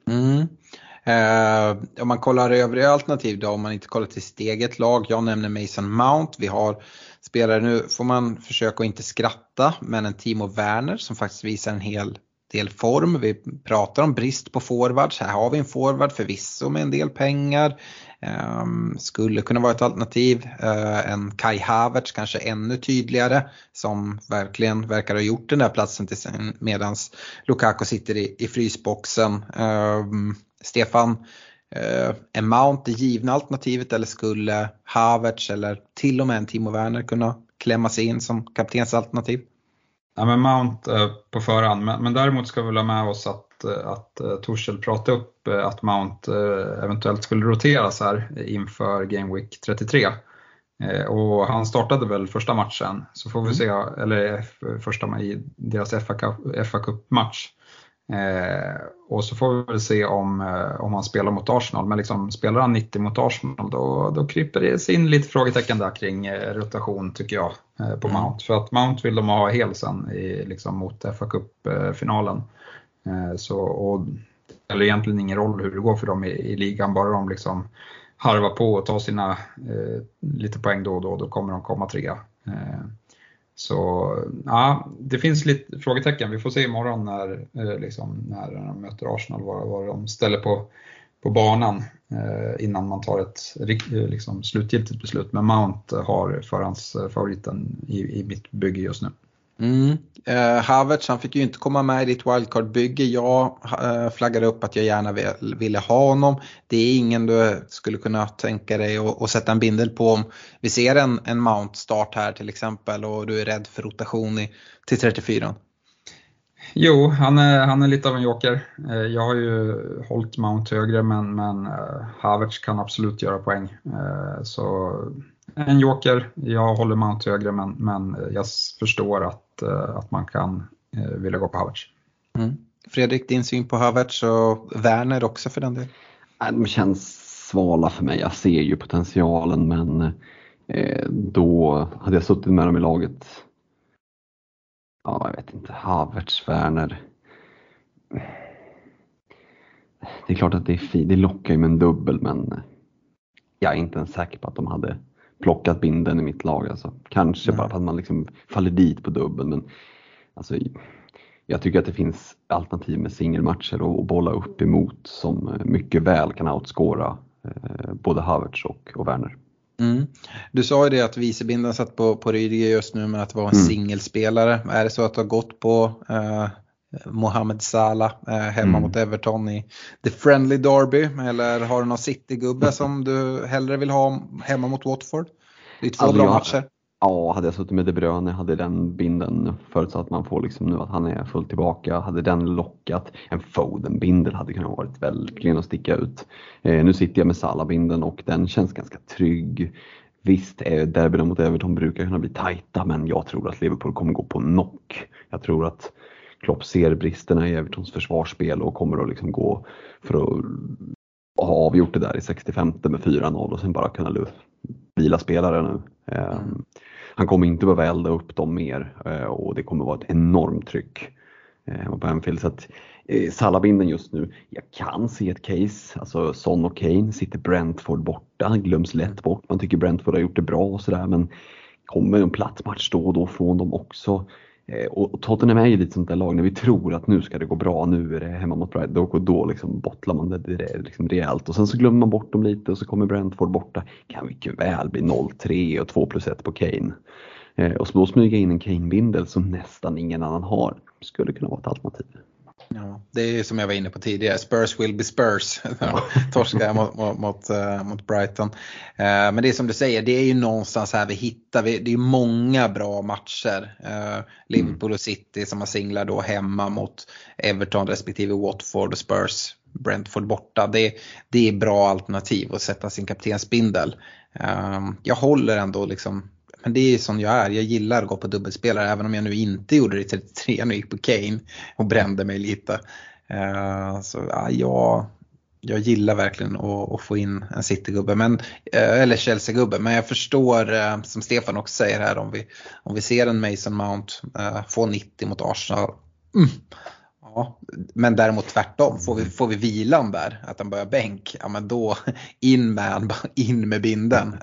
Speaker 2: Om man kollar övriga alternativ då, om man inte kollar till sitt eget lag, jag nämner Mason Mount, vi har spelare, nu får man försöka att inte skratta, men en Timo Werner som faktiskt visar en hel del form. Vi pratar om brist på forwards, här har vi en forward förvisso med en del pengar, skulle kunna vara ett alternativ. En Kai Havertz kanske ännu tydligare som verkligen verkar ha gjort den där platsen till sen, medans Lukaku sitter i frysboxen. Stefan, är Mount det givna alternativet eller skulle Havertz eller till och med en Timo Werner kunna klämma sig in som kaptensalternativ?
Speaker 4: Ja, men Mount på förhand, men däremot ska vi väl ha med oss att Tuchel pratade upp att Mount eventuellt skulle roteras här inför Game Week 33. Och han startade väl första matchen, så får vi se, eller första i deras FA Cup-match. Och så får vi väl se om han spelar mot Arsenal, men liksom spelar han 90 mot Arsenal då kryper det sig in lite frågetecken där kring rotation tycker jag på Mount, för att Mount vill de ha hel sen liksom mot FA Cup-finalen. Eller egentligen ingen roll hur det går för dem i ligan, bara de liksom harvar på och tar sina lite poäng då kommer de komma trea. Så ja, det finns lite frågetecken. Vi får se imorgon när de möter Arsenal vad de ställer på banan innan man tar ett liksom slutgiltigt beslut. Men Mount har förhandsfavoriten i mitt bygge just nu.
Speaker 2: Havertz, han fick ju inte komma med i ditt wildcard-bygge. Jag flaggade upp att jag gärna ville ha honom. Det är ingen du skulle kunna tänka dig att sätta en bindel på om vi ser en Mount-start här till exempel och du är rädd för rotation till 34.
Speaker 4: Jo, han är lite av en joker. Jag har ju hållit Mount högre, men Havertz kan absolut göra poäng. Så en joker, jag håller Mount högre, men jag förstår att man kan vilja gå på Havertz.
Speaker 2: Fredrik, din syn på Havertz och Werner också för den del?
Speaker 3: De känns svala för mig. Jag ser ju potentialen, men då hade jag suttit med dem i laget. Ja, jag vet inte. Havertz, Werner. Det är klart att det är fint. Det lockar ju med en dubbel, men jag är inte ens säker på att de hade plockat binden i mitt lag. Alltså, kanske bara för att man liksom faller dit på dubbeln. Men alltså, jag tycker att det finns alternativ med singelmatcher och bolla upp emot som mycket väl kan outscora både Havertz och Werner.
Speaker 2: Du sa ju det att vicebinden satt på Rydiger just nu, men att vara en singelspelare. Är det så att du har gått på Mohamed Salah hemma mot Everton i The Friendly Derby, eller har du någon City-gubbe som du hellre vill ha hemma mot Watford? Det är två bra matcher.
Speaker 3: Ja, hade jag suttit med De Bruyne, hade den binden, förutsatt att man får liksom nu att han är fullt tillbaka, hade den lockat. En Foden-bindel hade kunnat varit verkligen att sticka ut. Nu sitter jag med Salah-binden och den känns ganska trygg. Visst, derbyna mot Everton brukar kunna bli tajta, men jag tror att Liverpool kommer gå på knock. Jag tror att Klopp ser bristerna i Evertons försvarsspel och kommer att liksom gå för att ha avgjort det där i 65 med 4-0 och sen bara kunna vila spelare nu. Han kommer inte behöva elda upp dem mer och det kommer vara ett enormt tryck på Anfield. Så att Salah-binden just nu, jag kan se ett case, alltså Son och Kane, sitter Brentford borta, glöms lätt bort. Man tycker Brentford har gjort det bra och sådär, men kommer en platt match då från dem också. Och Tottenham är ju lite sånt där lag när vi tror att nu ska det gå bra, nu är det hemma mot Brighton, då liksom bottlar man det liksom rejält och sen så glömmer man bort dem lite och så kommer Brentford borta, kan mycket väl bli 0-3 och 2+1 på Kane. Och så då smyga in en Kane-bindel som nästan ingen annan har, skulle kunna vara ett alternativ.
Speaker 2: Ja, det är som jag var inne på tidigare, Spurs will be Spurs. Torska mot Brighton. Men det är som du säger, det är ju någonstans här vi hittar, det är många bra matcher. Liverpool och City som har singlar då hemma mot Everton respektive Watford och Spurs, Brentford borta. Det är bra alternativ att sätta sin kaptensbindel. Jag håller ändå liksom, men det är som jag är. Jag gillar att gå på dubbelspelare även om jag nu inte gjorde det i 33 när jag gick på Kane och brände mig lite. Så ja, jag gillar verkligen att få in en City-gubbe eller Chelsea-gubbe. Men jag förstår som Stefan också säger här, om vi ser en Mason Mount få 90 mot Arsenal. Ja, men däremot tvärtom, får vi vilan där, att han börjar bänk, ja men då in med binden.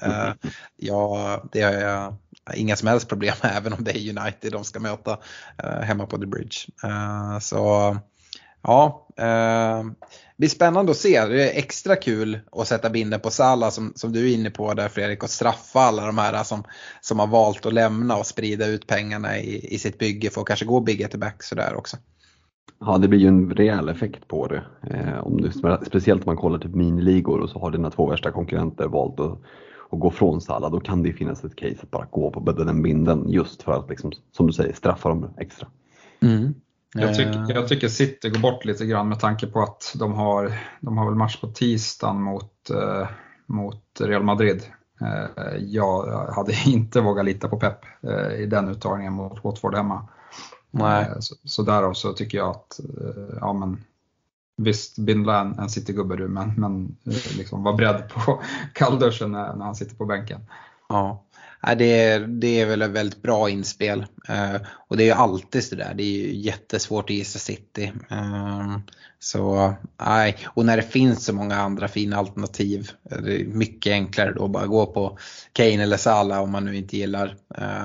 Speaker 2: Det har jag inga som helst problem med, även om det är United de ska möta hemma på The Bridge. Så ja, det blir spännande att se. Det är extra kul att sätta binden på Salah som du är inne på där, Fredrik, och straffa alla de här som har valt att lämna och sprida ut pengarna i sitt bygge för att kanske gå big at the back sådär också.
Speaker 3: Ja, det blir ju en rejäl effekt på det. Speciellt om man kollar typ miniligor och så har dina 2 värsta konkurrenter valt att gå från Salah. Då kan det finnas ett case att bara gå på den binden just för att, liksom, som du säger, straffa dem extra.
Speaker 2: Mm.
Speaker 4: Jag tycker City går bort lite grann med tanke på att de har väl match på tisdagen mot Real Madrid. Jag hade inte vågat lita på Pep i den uttagningen mot Watford hemma.
Speaker 2: Nej.
Speaker 4: Så därav så tycker jag att ja, men visst, bindla en City-gubbe du, men liksom var beredd på kallduschen när han sitter på bänken.
Speaker 2: Ja, det är väl ett väldigt bra inspel. Och det är ju alltid så där. Det är ju jättesvårt att gissa City. Så nej. Och när det finns så många andra fina alternativ, det är mycket enklare då bara gå på Kane eller Salah om man nu inte gillar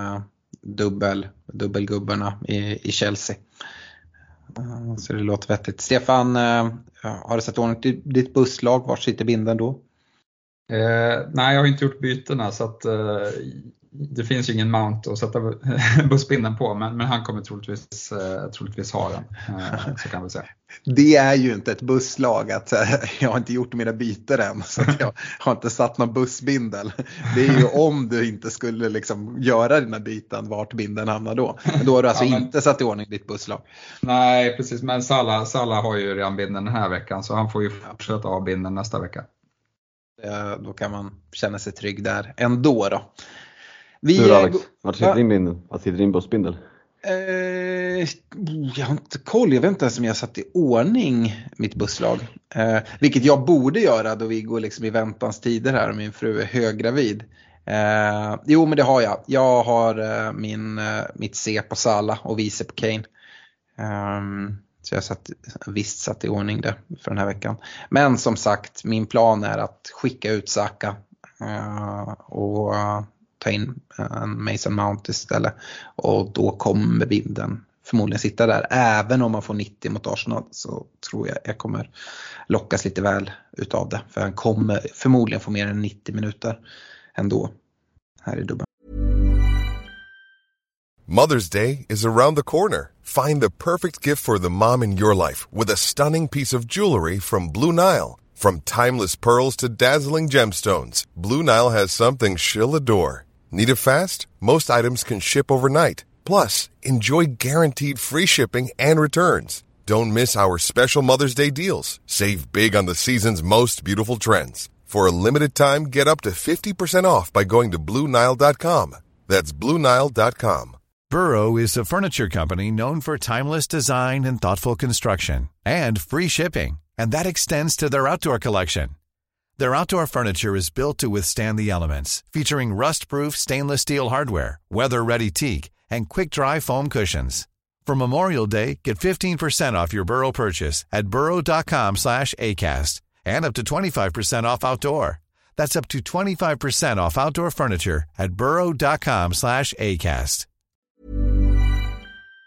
Speaker 2: dubbelgubbarna i Chelsea. Så det låter vettigt. Stefan, har du sett ordning till ditt busslag? Var sitter binden då?
Speaker 4: Nej, jag har inte gjort bytena, så att det finns ju ingen mount att sätta bussbinden på, men han kommer troligtvis ha den, så kan vi säga.
Speaker 2: Det är ju inte ett busslag att jag har inte gjort mina byten än, så att jag har inte satt någon bussbindel. Det är ju om du inte skulle liksom göra dina byten, vart binden hamnar då. Men då har du alltså inte satt i ordning ditt busslag. Nej,
Speaker 4: precis, men Salah har ju redan binden den här veckan, så han får ju fortsätta ha binden nästa vecka.
Speaker 2: Då kan man känna sig trygg där ändå då.
Speaker 3: Du Alex, vad sitter din bussbindel?
Speaker 2: Jag har inte koll, jag vet inte ens om jag satt i ordning mitt busslag. Vilket jag borde göra då vi går liksom i väntans tider här och min fru är höggravid. Jo, men det har jag. Jag har mitt C på Salah och vice på Kane. Så jag visst satt i ordning det för den här veckan. Men som sagt, min plan är att skicka ut Saka och ta in en Mason Mount istället. Och då kommer binden förmodligen sitta där. Även om man får 90 mot Arsenal så tror jag kommer lockas lite väl utav det. För han kommer förmodligen få mer än 90 minuter ändå här i dubben.
Speaker 6: Mother's Day is around the corner. Find the perfect gift for the mom in your life with a stunning piece of jewelry from Blue Nile. From timeless pearls to dazzling gemstones, Blue Nile has something she'll adore. Need it fast? Most items can ship overnight. Plus, enjoy guaranteed free shipping and returns. Don't miss our special Mother's Day deals. Save big on the season's most beautiful trends. For a limited time, get up to 50% off by going to BlueNile.com. That's BlueNile.com.
Speaker 7: Burrow is a furniture company known for timeless design and thoughtful construction, and free shipping, and that extends to their outdoor collection. Their outdoor furniture is built to withstand the elements, featuring rust-proof stainless steel hardware, weather-ready teak, and quick-dry foam cushions. For Memorial Day, get 15% off your Burrow purchase at burrow.com/acast, and up to 25% off outdoor. That's up to 25% off outdoor furniture at burrow.com/acast.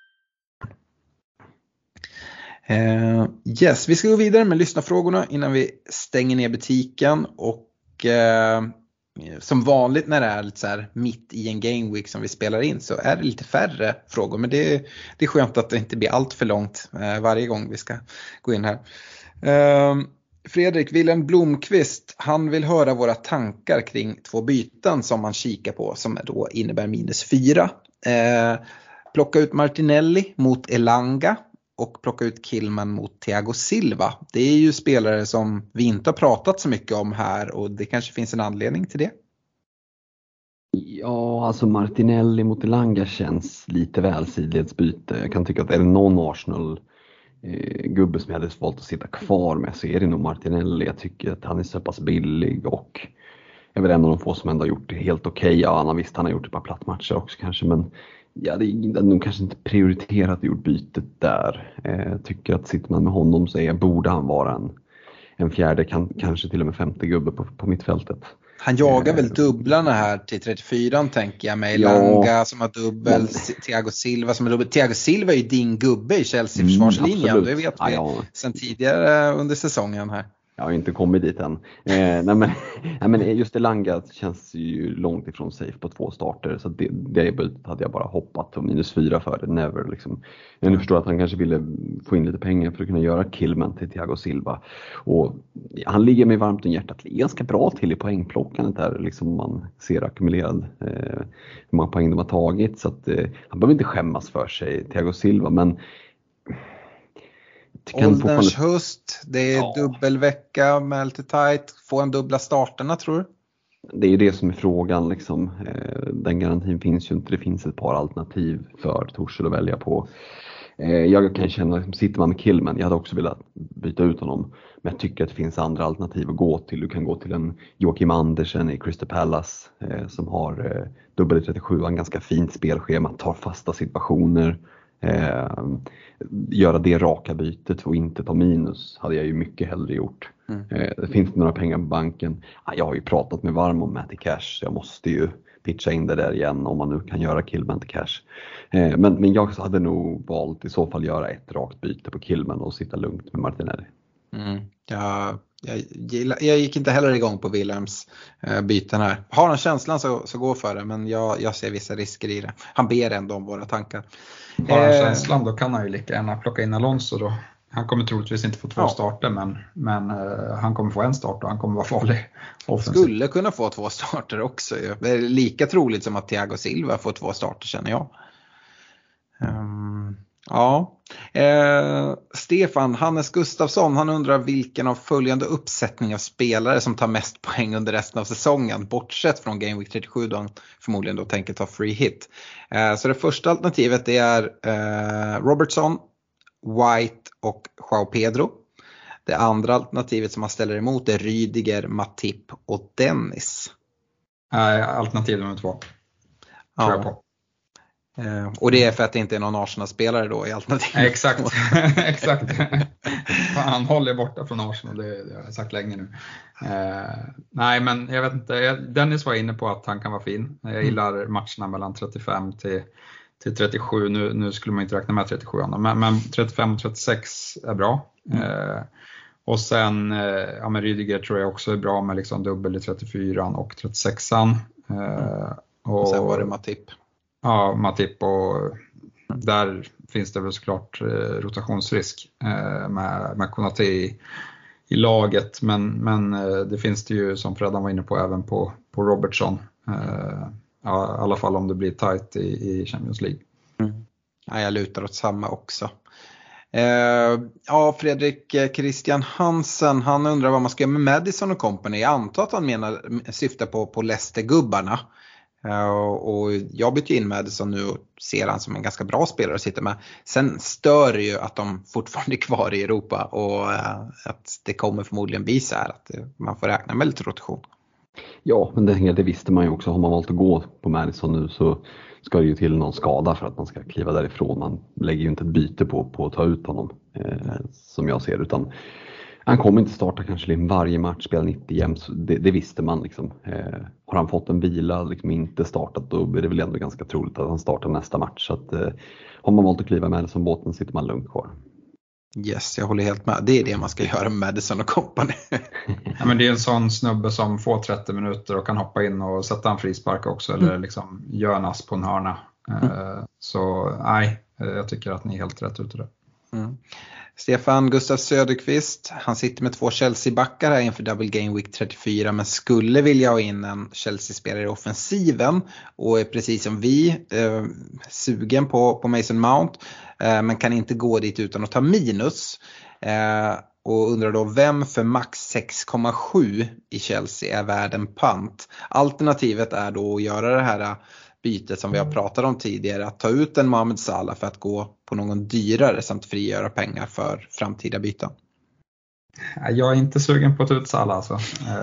Speaker 2: Yes, vi ska gå vidare med lyssnarfrågorna innan vi stänger ner butiken. Och som vanligt när det är lite så här mitt i en game week som vi spelar in så är det lite färre frågor. Men det är skönt att det inte blir allt för långt varje gång vi ska gå in här. Fredrik Wilhelm Blomqvist, han vill höra våra tankar kring 2 byten som man kikar på som då innebär -4. Plocka ut Martinelli mot Elanga och plocka ut Kilman mot Thiago Silva. Det är ju spelare som vi inte har pratat så mycket om här och det kanske finns en anledning till det.
Speaker 3: Ja, alltså Martinelli mot Elanga känns lite väl sidledsbyte. Jag kan tycka att är det någon Arsenal-gubbe som jag hade valt att sitta kvar med så är det nog Martinelli. Jag tycker att han är så pass billig och jag är väl en av de få som ändå har gjort det helt okej. Ja, visst han har gjort ett par plattmatcher också kanske, men ja, det är nog kanske inte prioriterat att gjort bytet där. Jag tycker att sitter man med honom så borde han vara en fjärde, kanske till och med 50 gubbe på mittfältet.
Speaker 2: Han jagar väl dubblarna här till 34 tänker jag med Elanga som har dubbel, Thiago Silva som har dubbel. Thiago Silva är ju din gubbe i Chelsea-försvarslinjen, det vet vi sedan tidigare under säsongen här.
Speaker 3: Jag har inte kommit dit än. Nej, men just Elanga känns ju långt ifrån safe på 2 starter. Så det bytet hade jag bara hoppat och -4 för det. Never liksom. Jag förstår att han kanske ville få in lite pengar för att kunna göra Kilman till Thiago Silva. Och han ligger mig varmt om hjärtat. Ganska bra till i poängplockandet där. Liksom man ser ackumulerad hur många poäng de har tagit. Så att, han behöver inte skämmas för sig, Thiago Silva. Men
Speaker 2: ålderns höst, det är dubbelvecka, lite tight, få en dubbla starterna tror du?
Speaker 3: Det är ju det som är frågan liksom. Den garantin finns ju inte, det finns ett par alternativ för Tuchel att välja på. Jag kan känna, sitter man med Kilman, jag hade också velat byta ut honom, men jag tycker att det finns andra alternativ att gå till. Du kan gå till en Joakim Andersen i Crystal Palace som har dubbel i 37, en ganska fint spelschema, tar fasta situationer. Göra det raka bytet och inte ta minus hade jag ju mycket hellre gjort. Det finns några pengar på banken. Jag har ju pratat med varm om Matty Cash, så jag måste ju pitcha in det där igen om man nu kan göra Kilman till Cash. Men jag hade nog valt i så fall göra ett rakt byte på Kilman och sitta lugnt med Martinelli.
Speaker 2: Jag gick inte heller igång på Wilhelms byten här. Har han känslan så gå för det, men jag ser vissa risker i det. Han ber ändå om våra tankar.
Speaker 4: Har han känslan då kan han ju lika gärna plocka in Alonso då. Han kommer troligtvis inte få 2 starter, men han kommer få en start och han kommer vara farlig.
Speaker 2: Skulle kunna få 2 starter också. Det är lika troligt som att Thiago Silva får 2 starter känner jag. Stefan Hannes Gustafsson, han undrar vilken av följande uppsättning av spelare som tar mest poäng under resten av säsongen, bortsett från Game Week 37 då han förmodligen då tänker ta free hit. Så det första alternativet det är Robertson, White och João Pedro. Det andra alternativet som man ställer emot är Rydiger, Matip och Dennis.
Speaker 4: Alternativ nummer 2 tror jag på.
Speaker 2: Och det är för att det inte är någon Arsenal-spelare då i alternativ.
Speaker 4: Exakt. Exakt. Han håller borta från Arsenal, det har jag sagt länge nu. Nej, men jag vet inte. Dennis var inne på att han kan vara fin. Jag gillar matcherna mellan 35 till 37. Nu skulle man inte räkna med 37, men 35 och 36 är bra. Och sen men Rydiger tror jag också är bra med liksom dubbel i 34 och 36an.
Speaker 2: Och sen var det Matip.
Speaker 4: Ja, Matip, och där finns det väl såklart rotationsrisk med Konate i laget, men det finns det ju som Fredan var inne på även på Robertson, i alla fall om det blir tight i Champions League.
Speaker 2: Ja, jag lutar åt samma också. Fredrik Christian Hansen, han undrar vad man ska göra med Madison och company. Jag antar att han syftar på Leicester-gubbarna. Och jag byter in Madison nu och ser han som en ganska bra spelare att sitta med. Sen stör ju att de fortfarande är kvar i Europa och att det kommer förmodligen bli så här att man får räkna med lite rotation.
Speaker 3: Ja, men det visste man ju också. Har man valt att gå på Madison nu så ska det ju till någon skada för att man ska kliva därifrån. Man lägger ju inte ett byte på att ta ut honom som jag ser, utan han kommer inte starta kanske varje match, spela 90 jämt. Det visste man liksom. Har han fått en vila, liksom inte startat, då är det väl ändå ganska troligt att han startar nästa match. Så att, har man valt att kliva med som båten sitter man lugnt kvar.
Speaker 2: Yes, jag håller helt med. Det är det man ska göra med Madison och Company.
Speaker 4: Ja, men det är en sån snubbe som får 30 minuter och kan hoppa in och sätta en frispark också, eller liksom göra en ass på en hörna. Så nej, jag tycker att ni är helt rätt ute där.
Speaker 2: Stefan Gustav Söderqvist, han sitter med 2 Chelsea-backar här inför Double Game Week 34, men skulle vilja ha in en Chelsea-spelare i offensiven och är precis som vi sugen på Mason Mount, men kan inte gå dit utan att ta minus. Och undrar då vem för max 6,7 i Chelsea är värd en pant. Alternativet är då att göra det här bytet som vi har pratat om tidigare, att ta ut en Mohamed Salah för att gå på någon dyrare samt frigöra pengar för framtida byten.
Speaker 4: Jag är inte sugen på att ta ut Salah alltså.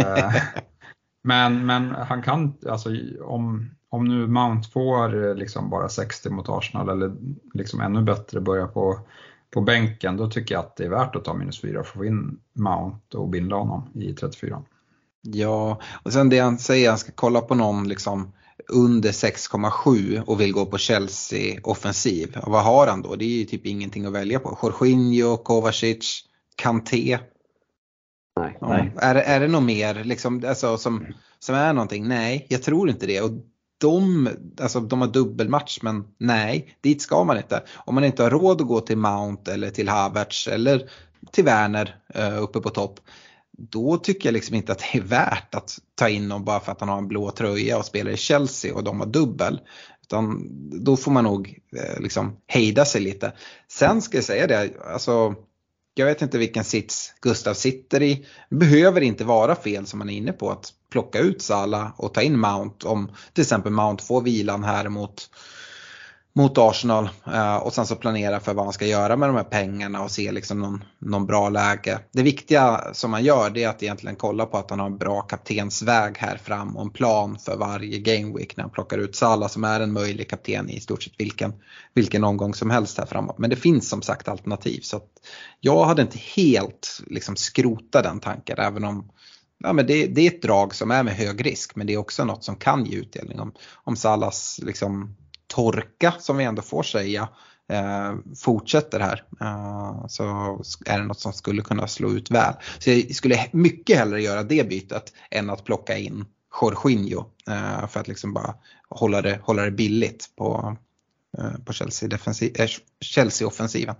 Speaker 4: men han kan, alltså, om nu Mount får liksom bara 60 mot Arsenal eller liksom ännu bättre börja på bänken, då tycker jag att det är värt att ta -4 för att få in Mount och binda honom i 34.
Speaker 2: Ja, och sen det han säger, han ska kolla på någon liksom under 6,7 och vill gå på Chelsea offensiv. Och vad har han då? Det är ju typ ingenting att välja på. Jorginho, Kovacic, Kanté.
Speaker 3: Nej.
Speaker 2: Är det något mer liksom, alltså, som är någonting? Nej, jag tror inte det. Och de har dubbelmatch, men nej, dit ska man inte. Om man inte har råd att gå till Mount eller till Havertz eller till Werner uppe på topp, då tycker jag liksom inte att det är värt att ta in någon bara för att han har en blå tröja och spelar i Chelsea och de har dubbel. Utan då får man nog liksom hejda sig lite. Sen ska jag säga det, alltså, jag vet inte vilken sits Gustav sitter i. Det behöver inte vara fel som man är inne på att plocka ut Salah och ta in Mount om till exempel Mount får vilan här mot Arsenal och sen så planera för vad man ska göra med de här pengarna och se liksom någon bra läge. Det viktiga som man gör, det är att egentligen kolla på att han har en bra kaptensväg här fram och en plan för varje game week när han plockar ut Salah som är en möjlig kapten i stort sett vilken omgång som helst här framåt. Men det finns som sagt alternativ, så att jag hade inte helt liksom skrota den tanken, även om men det är ett drag som är med hög risk, men det är också något som kan ge utdelning om Salahs liksom torka, som vi ändå får säga, fortsätter här, så är det något som skulle kunna slå ut väl. Så jag skulle mycket hellre göra det bytet än att plocka in Jorginho för att liksom bara hålla det billigt på Chelsea-offensiven.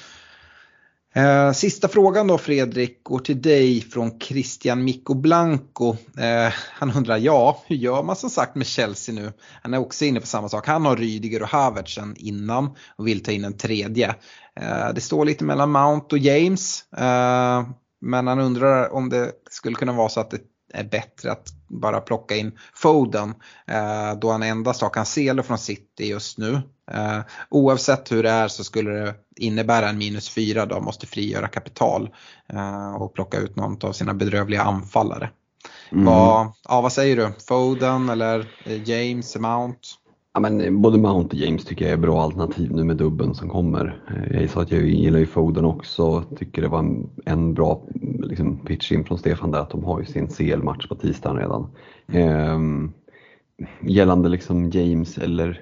Speaker 2: Sista frågan då, Fredrik, går till dig från Christian Mikko Blanco. Han undrar, hur gör man som sagt med Chelsea nu? Han är också inne på samma sak. Han har Rydiger och Havertz innan och vill ta in en tredje. Det står lite mellan Mount och James, men han undrar om det skulle kunna vara så att det är bättre att bara plocka in Foden, då han endast har Cancelo från City just nu. Oavsett hur det är så skulle det innebära en -4 då, måste frigöra kapital och plocka ut någon av sina bedrövliga anfallare. Vad säger du? Foden eller James, Mount?
Speaker 3: Ja, men både Mount och James tycker jag är bra alternativ nu med dubben som kommer. Jag sa att jag gillar ju Foden också. Tycker det var en bra liksom, pitch in från Stefan där, att de har ju sin CL-match på tisdagen redan. Gällande liksom James eller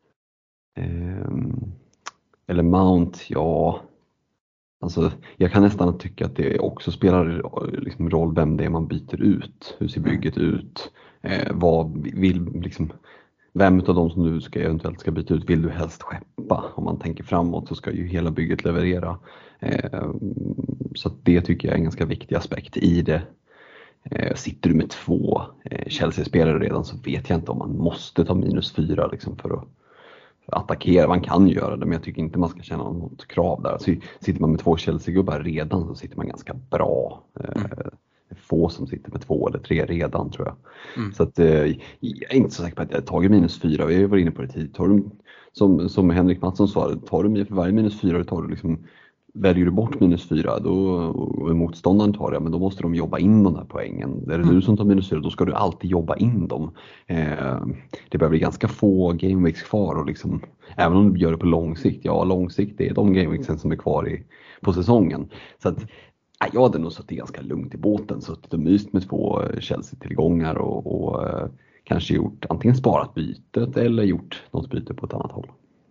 Speaker 3: Mount, alltså jag kan nästan tycka att det också spelar liksom roll vem det är man byter ut. Hur ser bygget ut? Vem av dem som du eventuellt ska byta ut vill du helst skeppa? Om man tänker framåt så ska ju hela bygget leverera. Så att det tycker jag är en ganska viktig aspekt i det. Sitter du med 2 Chelsea-spelare redan så vet jag inte om man måste ta -4 liksom för att attackera. Man kan göra det, men jag tycker inte man ska känna något krav där. Så sitter man med 2 Chelsea-gubbar redan så sitter man ganska bra. Få som sitter med 2 eller 3 redan, tror jag. Så att jag är inte så säker på att jag tagit -4. Vi har varit inne på det tidigt. Som Henrik Mattsson sa, tar du för varje -4 väljer du bort -4 då, och motståndaren tar det, men då måste de jobba in de här poängen. Är det du som tar -4, då ska du alltid jobba in dem. Det börjar bli ganska få gameweeks kvar, och liksom, även om du gör det på lång sikt, långsikt är de gameweeksen som är kvar på säsongen. Så att jag hade nog suttit ganska lugnt i båten, suttit och myst med 2 Chelsea-tillgångar och kanske gjort antingen sparat bytet eller gjort något byte på ett annat håll.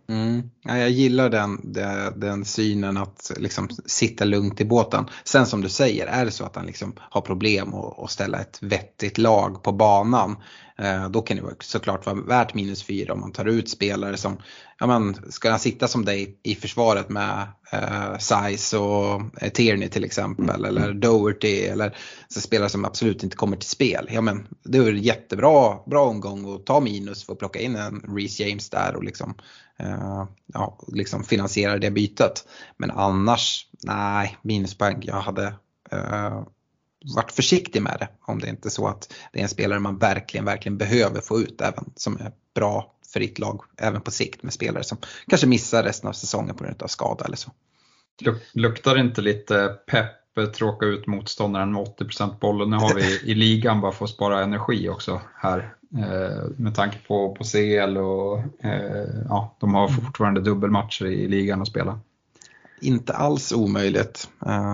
Speaker 2: Ja, jag gillar den synen att liksom sitta lugnt i båten. Sen som du säger, är det så att han liksom har problem att ställa ett vettigt lag på banan, då kan det såklart vara värt -4 om man tar ut spelare som, ja men, ska han sitta som dig i försvaret med Size och Tierney till exempel, eller Doherty, eller så spelare som absolut inte kommer till spel. Ja men det är en jättebra omgång att ta minus för att plocka in en Reece James där och liksom liksom finansiera det bytet. Men annars, nej, minuspoäng. Jag hade varit försiktig med det, om det inte är så att det är en spelare man verkligen behöver få ut, även som är bra för ditt lag även på sikt, med spelare som kanske missar resten av säsongen på grund av skada eller så.
Speaker 4: Luktar inte lite pepp tråka ut motståndaren med 80% boll, och nu har vi i ligan bara för att spara energi också här, med tanke på CL och de har fortfarande dubbelmatcher i ligan att spela.
Speaker 2: Inte alls omöjligt.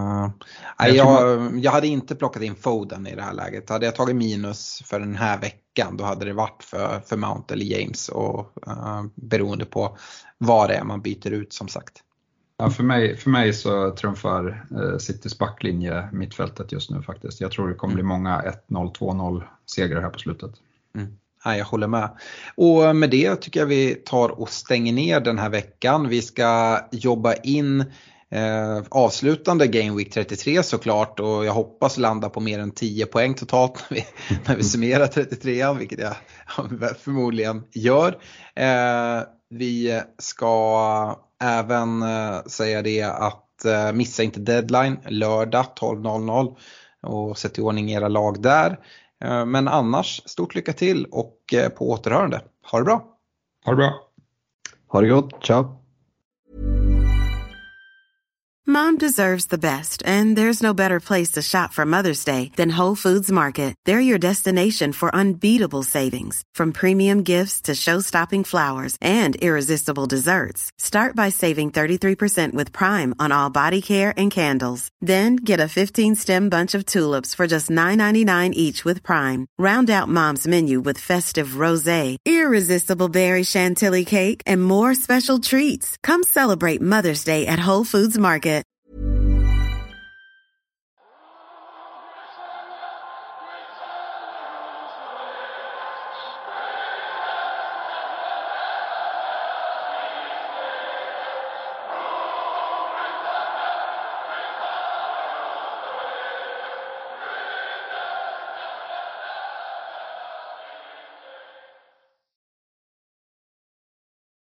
Speaker 2: Jag hade inte plockat in Foden i det här läget. Hade jag tagit minus för den här veckan, då hade det varit för Mount eller James, och beroende på vad det är man byter ut, som sagt.
Speaker 4: Ja, för mig så trumfar Citys backlinje mittfältet just nu faktiskt. Jag tror det kommer bli många 1-0, 2-0 segrar här på slutet.
Speaker 2: Ja, jag håller med. Och med det tycker jag vi tar och stänger ner den här veckan. Vi ska jobba in avslutande Game Week 33 såklart, och jag hoppas landa på mer än 10 poäng totalt när vi summerar 33, vilket jag förmodligen gör. Vi ska även säga det att missa inte deadline lördag 12.00 och sätt i ordning era lag där. Men annars, stort lycka till och på återhörande. Ha det bra.
Speaker 4: Ha det bra.
Speaker 3: Ha det gott. Ciao.
Speaker 8: Mom deserves the best, and there's no better place to shop for Mother's Day than Whole Foods Market. They're your destination for unbeatable savings, from premium gifts to show-stopping flowers and irresistible desserts. Start by saving 33% with Prime on all body care and candles. Then get a 15-stem bunch of tulips for just $9.99 each with Prime. Round out Mom's menu with festive rosé, irresistible berry chantilly cake, and more special treats. Come celebrate Mother's Day at Whole Foods Market.